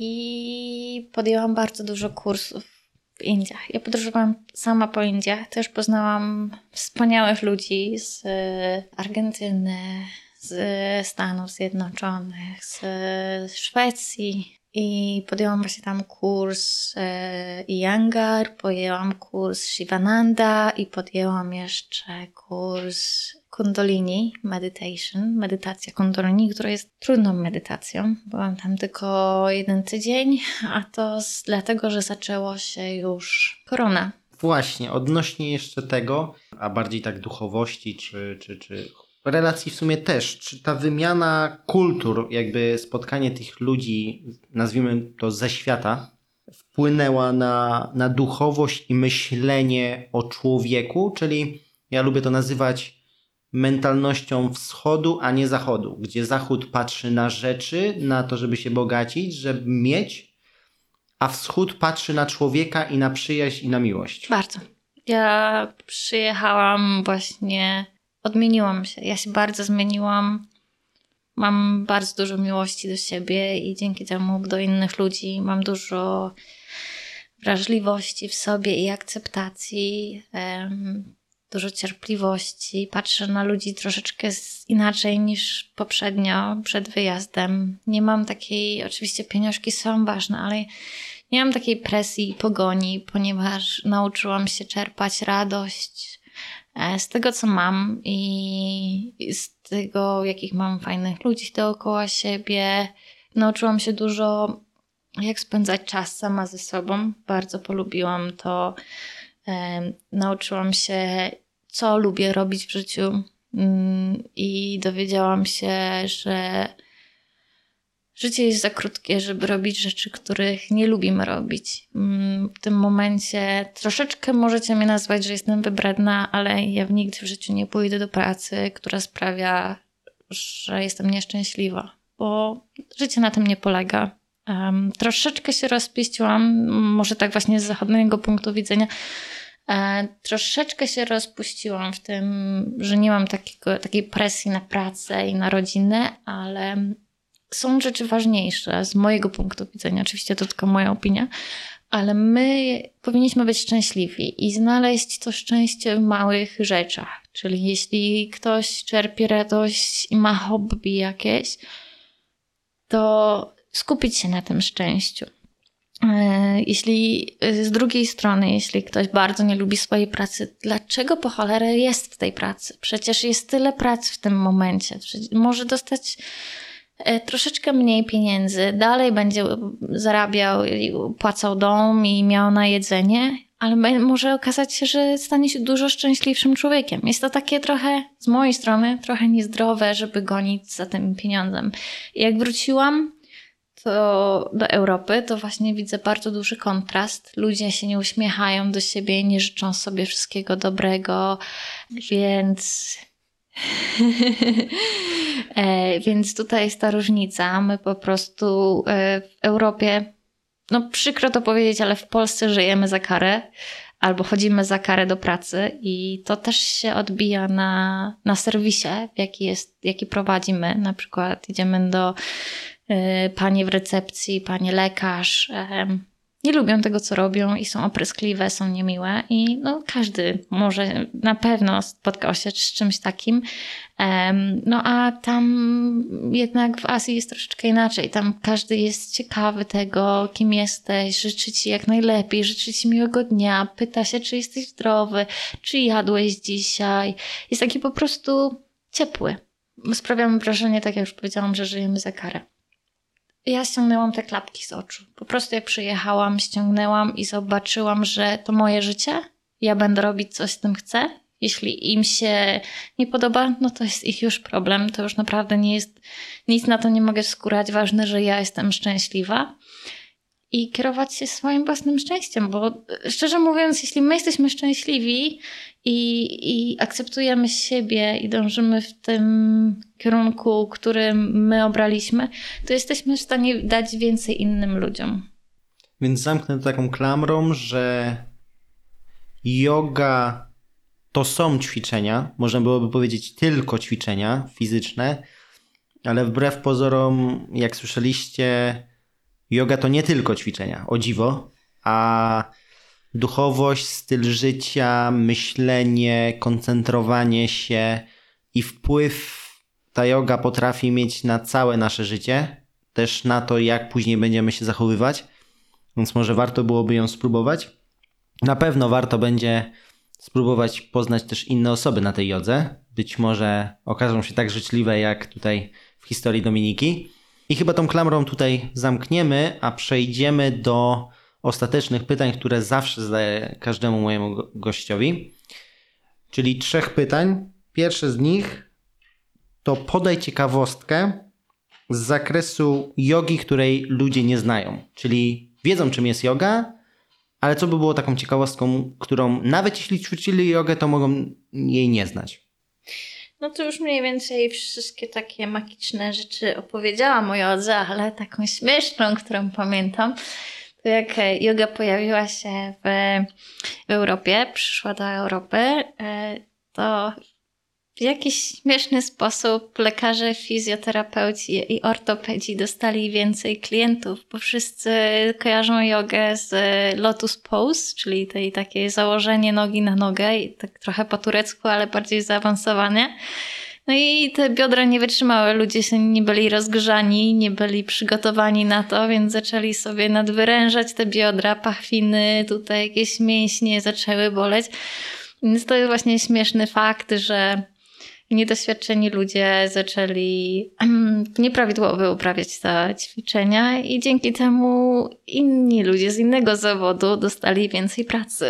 i podjęłam bardzo dużo kursów w Indiach. Ja podróżowałam sama po Indiach. Też poznałam wspaniałych ludzi z Argentyny, z Stanów Zjednoczonych, z Szwecji. I podjęłam właśnie tam kurs Iyengar, podjęłam kurs Shivananda i podjęłam jeszcze kurs Kundalini Meditation, medytacja Kundalini, która jest trudną medytacją. Byłam tam tylko 1 tydzień, a to dlatego, że zaczęło się już korona. Właśnie, odnośnie jeszcze tego, a bardziej tak duchowości czy relacji w sumie też, czy ta wymiana kultur, jakby spotkanie tych ludzi, nazwijmy to ze świata, wpłynęła na duchowość i myślenie o człowieku, czyli ja lubię to nazywać mentalnością wschodu, a nie zachodu, gdzie zachód patrzy na rzeczy, na to, żeby się bogacić, żeby mieć, a wschód patrzy na człowieka i na przyjaźń i na miłość. Bardzo. Ja przyjechałam właśnie, odmieniłam się. Ja się bardzo zmieniłam. Mam bardzo dużo miłości do siebie i dzięki temu do innych ludzi. Mam dużo wrażliwości w sobie i akceptacji. Dużo cierpliwości. Patrzę na ludzi troszeczkę inaczej niż poprzednio, przed wyjazdem. Nie mam takiej, oczywiście pieniążki są ważne, ale nie mam takiej presji i pogoni, ponieważ nauczyłam się czerpać radość z tego, co mam i z tego, jakich mam fajnych ludzi dookoła siebie. Nauczyłam się dużo, jak spędzać czas sama ze sobą. Bardzo polubiłam to. Nauczyłam się, co lubię robić w życiu i dowiedziałam się, że życie jest za krótkie, żeby robić rzeczy, których nie lubimy robić. W tym momencie troszeczkę możecie mnie nazwać, że jestem wybredna, ale ja nigdy w życiu nie pójdę do pracy, która sprawia, że jestem nieszczęśliwa, bo życie na tym nie polega. Troszeczkę się rozpieściłam, może tak właśnie z zachodniego punktu widzenia, troszeczkę się rozpuściłam w tym, że nie mam takiej presji na pracę i na rodzinę, ale są rzeczy ważniejsze z mojego punktu widzenia. Oczywiście to tylko moja opinia, ale my powinniśmy być szczęśliwi i znaleźć to szczęście w małych rzeczach. Czyli jeśli ktoś czerpie radość i ma hobby jakieś, to skupić się na tym szczęściu. Jeśli z drugiej strony, jeśli ktoś bardzo nie lubi swojej pracy, dlaczego po cholerę jest w tej pracy? Przecież jest tyle pracy w tym momencie. Może dostać troszeczkę mniej pieniędzy, dalej będzie zarabiał, płacał dom i miał na jedzenie, ale może okazać się, że stanie się dużo szczęśliwszym człowiekiem. Jest to takie trochę, z mojej strony, trochę niezdrowe, żeby gonić za tym pieniądzem. I jak wróciłam do Europy, to właśnie widzę bardzo duży kontrast. Ludzie się nie uśmiechają do siebie, nie życzą sobie wszystkiego dobrego, więc... Więc tutaj jest ta różnica. My po prostu w Europie, no przykro to powiedzieć, ale w Polsce żyjemy za karę albo chodzimy za karę do pracy i to też się odbija na serwisie, jaki prowadzimy. Na przykład idziemy do pani w recepcji, pani lekarz nie lubią tego, co robią i są opryskliwe, są niemiłe i no, każdy może na pewno spotkał się z czymś takim. No a tam jednak w Azji jest troszeczkę inaczej. Tam każdy jest ciekawy tego, kim jesteś, życzy ci jak najlepiej, życzy ci miłego dnia, pyta się, czy jesteś zdrowy, czy jadłeś dzisiaj. Jest taki po prostu ciepły. Sprawiamy wrażenie, tak jak już powiedziałam, że żyjemy za karę. Ja ściągnęłam te klapki z oczu. Po prostu jak przyjechałam, ściągnęłam i zobaczyłam, że to moje życie. Ja będę robić coś z tym chcę. Jeśli im się nie podoba, no to jest ich już problem. To już naprawdę nie jest, nic na to nie mogę skórać. Ważne, że ja jestem szczęśliwa. I kierować się swoim własnym szczęściem, bo szczerze mówiąc, jeśli my jesteśmy szczęśliwi i akceptujemy siebie i dążymy w tym kierunku, który my obraliśmy, to jesteśmy w stanie dać więcej innym ludziom. Więc zamknę to taką klamrą, że yoga to są ćwiczenia, można byłoby powiedzieć tylko ćwiczenia fizyczne, ale wbrew pozorom, jak słyszeliście, yoga to nie tylko ćwiczenia, o dziwo, a duchowość, styl życia, myślenie, koncentrowanie się i wpływ ta yoga potrafi mieć na całe nasze życie, też na to, jak później będziemy się zachowywać, więc może warto byłoby ją spróbować. Na pewno warto będzie spróbować poznać też inne osoby na tej jodze. Być może okażą się tak życzliwe jak tutaj w historii Dominiki. I chyba tą klamrą tutaj zamkniemy, a przejdziemy do ostatecznych pytań, które zawsze zadaję każdemu mojemu gościowi. Czyli 3 pytań. Pierwsze z nich to podaj ciekawostkę z zakresu jogi, której ludzie nie znają. Czyli wiedzą, czym jest joga, ale co by było taką ciekawostką, którą nawet jeśli ćwiczyli jogę, to mogą jej nie znać. No to już mniej więcej wszystkie takie magiczne rzeczy opowiedziałam o jodze, ale taką śmieszną, którą pamiętam, to jak joga pojawiła się w Europie, przyszła do Europy, to w jakiś śmieszny sposób lekarze, fizjoterapeuci i ortopedzi dostali więcej klientów, bo wszyscy kojarzą jogę z lotus pose, czyli tej takie założenie nogi na nogę i tak trochę po turecku, ale bardziej zaawansowane. No i te biodra nie wytrzymały, ludzie się nie byli rozgrzani, nie byli przygotowani na to, więc zaczęli sobie nadwyrężać te biodra, pachwiny, tutaj jakieś mięśnie zaczęły boleć. Więc to jest właśnie śmieszny fakt, że niedoświadczeni ludzie zaczęli nieprawidłowo uprawiać te ćwiczenia i dzięki temu inni ludzie z innego zawodu dostali więcej pracy.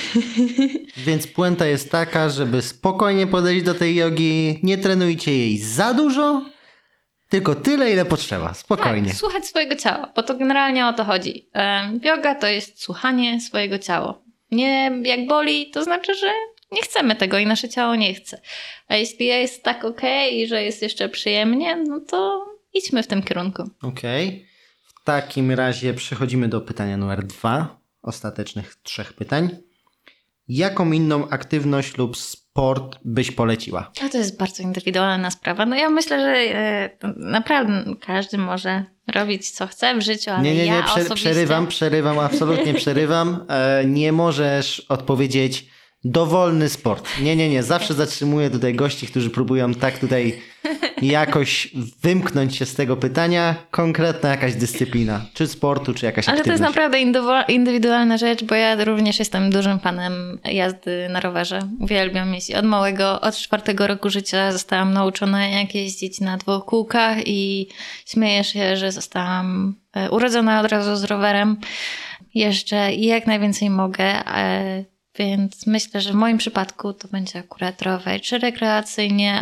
Więc puenta jest taka, żeby spokojnie podejść do tej jogi, nie trenujcie jej za dużo, tylko tyle, ile potrzeba. Spokojnie. Tak, słuchać swojego ciała, bo to generalnie o to chodzi. Yoga to jest słuchanie swojego ciała. Nie jak boli, to znaczy, że nie chcemy tego i nasze ciało nie chce. A jeśli jest tak okej, że jest jeszcze przyjemnie, no to idźmy w tym kierunku. Okej. W takim razie przechodzimy do pytania numer 2, ostatecznych 3 pytań. Jaką inną aktywność lub sport byś poleciła? A to jest bardzo indywidualna sprawa. No ja myślę, że naprawdę każdy może robić co chce w życiu, ale ja osobiście... Przerywam, absolutnie przerywam. Nie możesz odpowiedzieć dowolny sport. Nie. Zawsze zatrzymuję tutaj gości, którzy próbują tak tutaj jakoś wymknąć się z tego pytania. Konkretna jakaś dyscyplina. Czy sportu, czy jakaś aktywność. Ale to jest naprawdę indywidualna rzecz, bo ja również jestem dużym fanem jazdy na rowerze. Uwielbiam jeździć. Od 4 roku życia zostałam nauczona, jak jeździć na 2 kółkach i śmieję się, że zostałam urodzona od razu z rowerem. Jeżdżę i jak najwięcej mogę. Więc myślę, że w moim przypadku to będzie akurat rower, czy rekreacyjnie,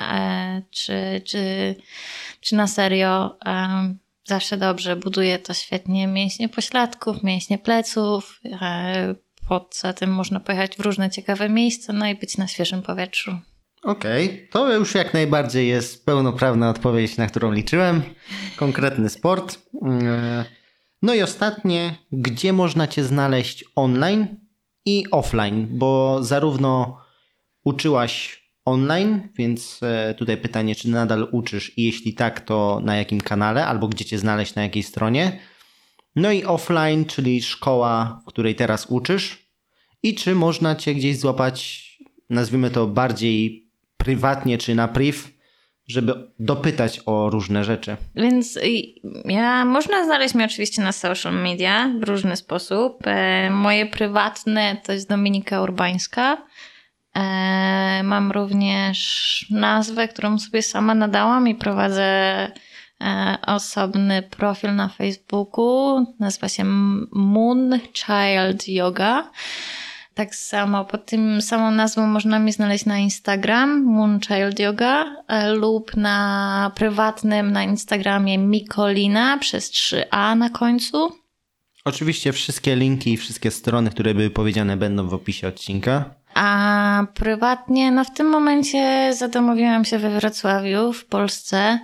czy na serio. Zawsze dobrze, buduje to świetnie mięśnie pośladków, mięśnie pleców. Poza tym można pojechać w różne ciekawe miejsca, no i być na świeżym powietrzu. Okej, to już jak najbardziej jest pełnoprawna odpowiedź, na którą liczyłem. Konkretny sport. No i ostatnie, gdzie można Cię znaleźć online i offline, bo zarówno uczyłaś online, więc tutaj pytanie, czy nadal uczysz i jeśli tak, to na jakim kanale, albo gdzie Cię znaleźć, na jakiej stronie, No i offline, czyli szkoła, w której teraz uczysz. I czy można cię gdzieś złapać, nazwijmy to bardziej prywatnie czy na priv, żeby dopytać o różne rzeczy. Więc można znaleźć mnie oczywiście na social media w różny sposób. Moje prywatne to jest Dominika Urbańska. Mam również nazwę, którą sobie sama nadałam i prowadzę osobny profil na Facebooku. Nazywa się Moon Child Yoga. Tak samo pod tym samą nazwą można mnie znaleźć na Instagram Moon Child Yoga lub na prywatnym na Instagramie Mikolina przez 3A na końcu. Oczywiście wszystkie linki i wszystkie strony, które były powiedziane, będą w opisie odcinka. A prywatnie, w tym momencie zadomowiłam się we Wrocławiu w Polsce,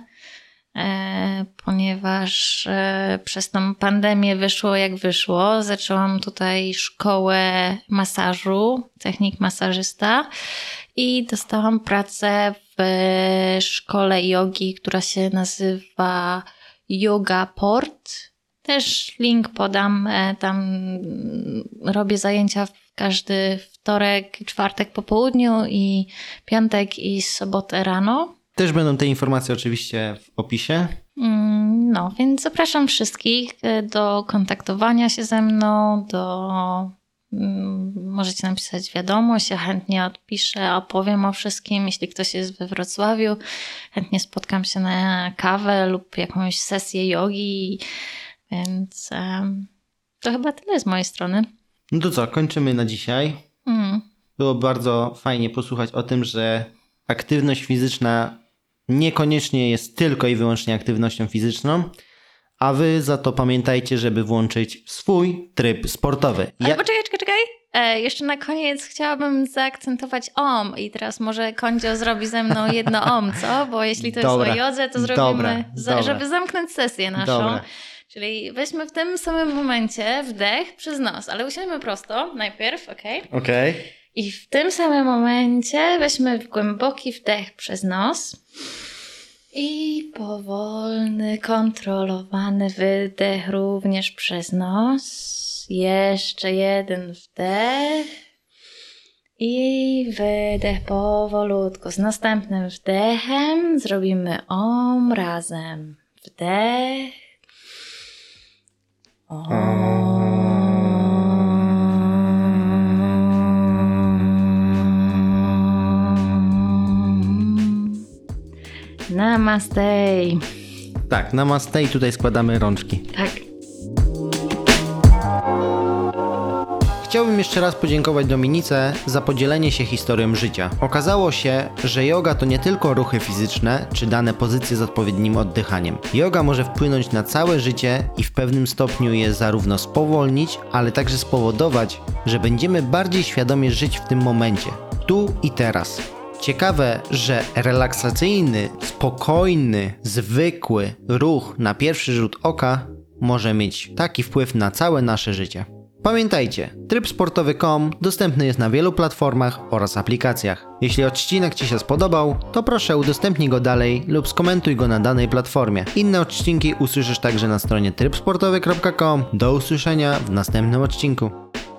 ponieważ przez tą pandemię wyszło jak wyszło. Zaczęłam tutaj szkołę masażu, technik masażysta i dostałam pracę w szkole jogi, która się nazywa Yoga Port. Też link podam, tam robię zajęcia w każdy wtorek, czwartek po południu i piątek i sobotę rano. Też będą te informacje oczywiście w opisie. No, więc zapraszam wszystkich do kontaktowania się ze mną, możecie napisać wiadomość, ja chętnie odpiszę, opowiem o wszystkim. Jeśli ktoś jest we Wrocławiu, chętnie spotkam się na kawę lub jakąś sesję jogi, więc to chyba tyle z mojej strony. No to co, kończymy na dzisiaj. Było bardzo fajnie posłuchać o tym, że aktywność fizyczna niekoniecznie jest tylko i wyłącznie aktywnością fizyczną, a wy za to pamiętajcie, żeby włączyć swój tryb sportowy. Ale poczekaj. Jeszcze na koniec chciałabym zaakcentować OM i teraz może Kondzio zrobi ze mną jedno OM, co? Bo jeśli to jest o jodze, to zrobimy, żeby zamknąć sesję naszą. Dobra. Czyli weźmy w tym samym momencie wdech przez nos, ale usiądźmy prosto najpierw, okej? Okej. I w tym samym momencie weźmy głęboki wdech przez nos i powolny, kontrolowany wydech również przez nos. Jeszcze jeden wdech i wydech powolutku. Z następnym wdechem zrobimy OM razem. Wdech. Namaste. Tak, namaste i tutaj składamy rączki. Tak. Chciałbym jeszcze raz podziękować Dominice za podzielenie się historią życia. Okazało się, że yoga to nie tylko ruchy fizyczne czy dane pozycje z odpowiednim oddychaniem. Yoga może wpłynąć na całe życie i w pewnym stopniu je zarówno spowolnić, ale także spowodować, że będziemy bardziej świadomie żyć w tym momencie, tu i teraz. Ciekawe, że relaksacyjny, spokojny, zwykły ruch na pierwszy rzut oka może mieć taki wpływ na całe nasze życie. Pamiętajcie, tryb sportowy.com dostępny jest na wielu platformach oraz aplikacjach. Jeśli odcinek Ci się spodobał, to proszę udostępnij go dalej lub skomentuj go na danej platformie. Inne odcinki usłyszysz także na stronie trybsportowy.com. Do usłyszenia w następnym odcinku.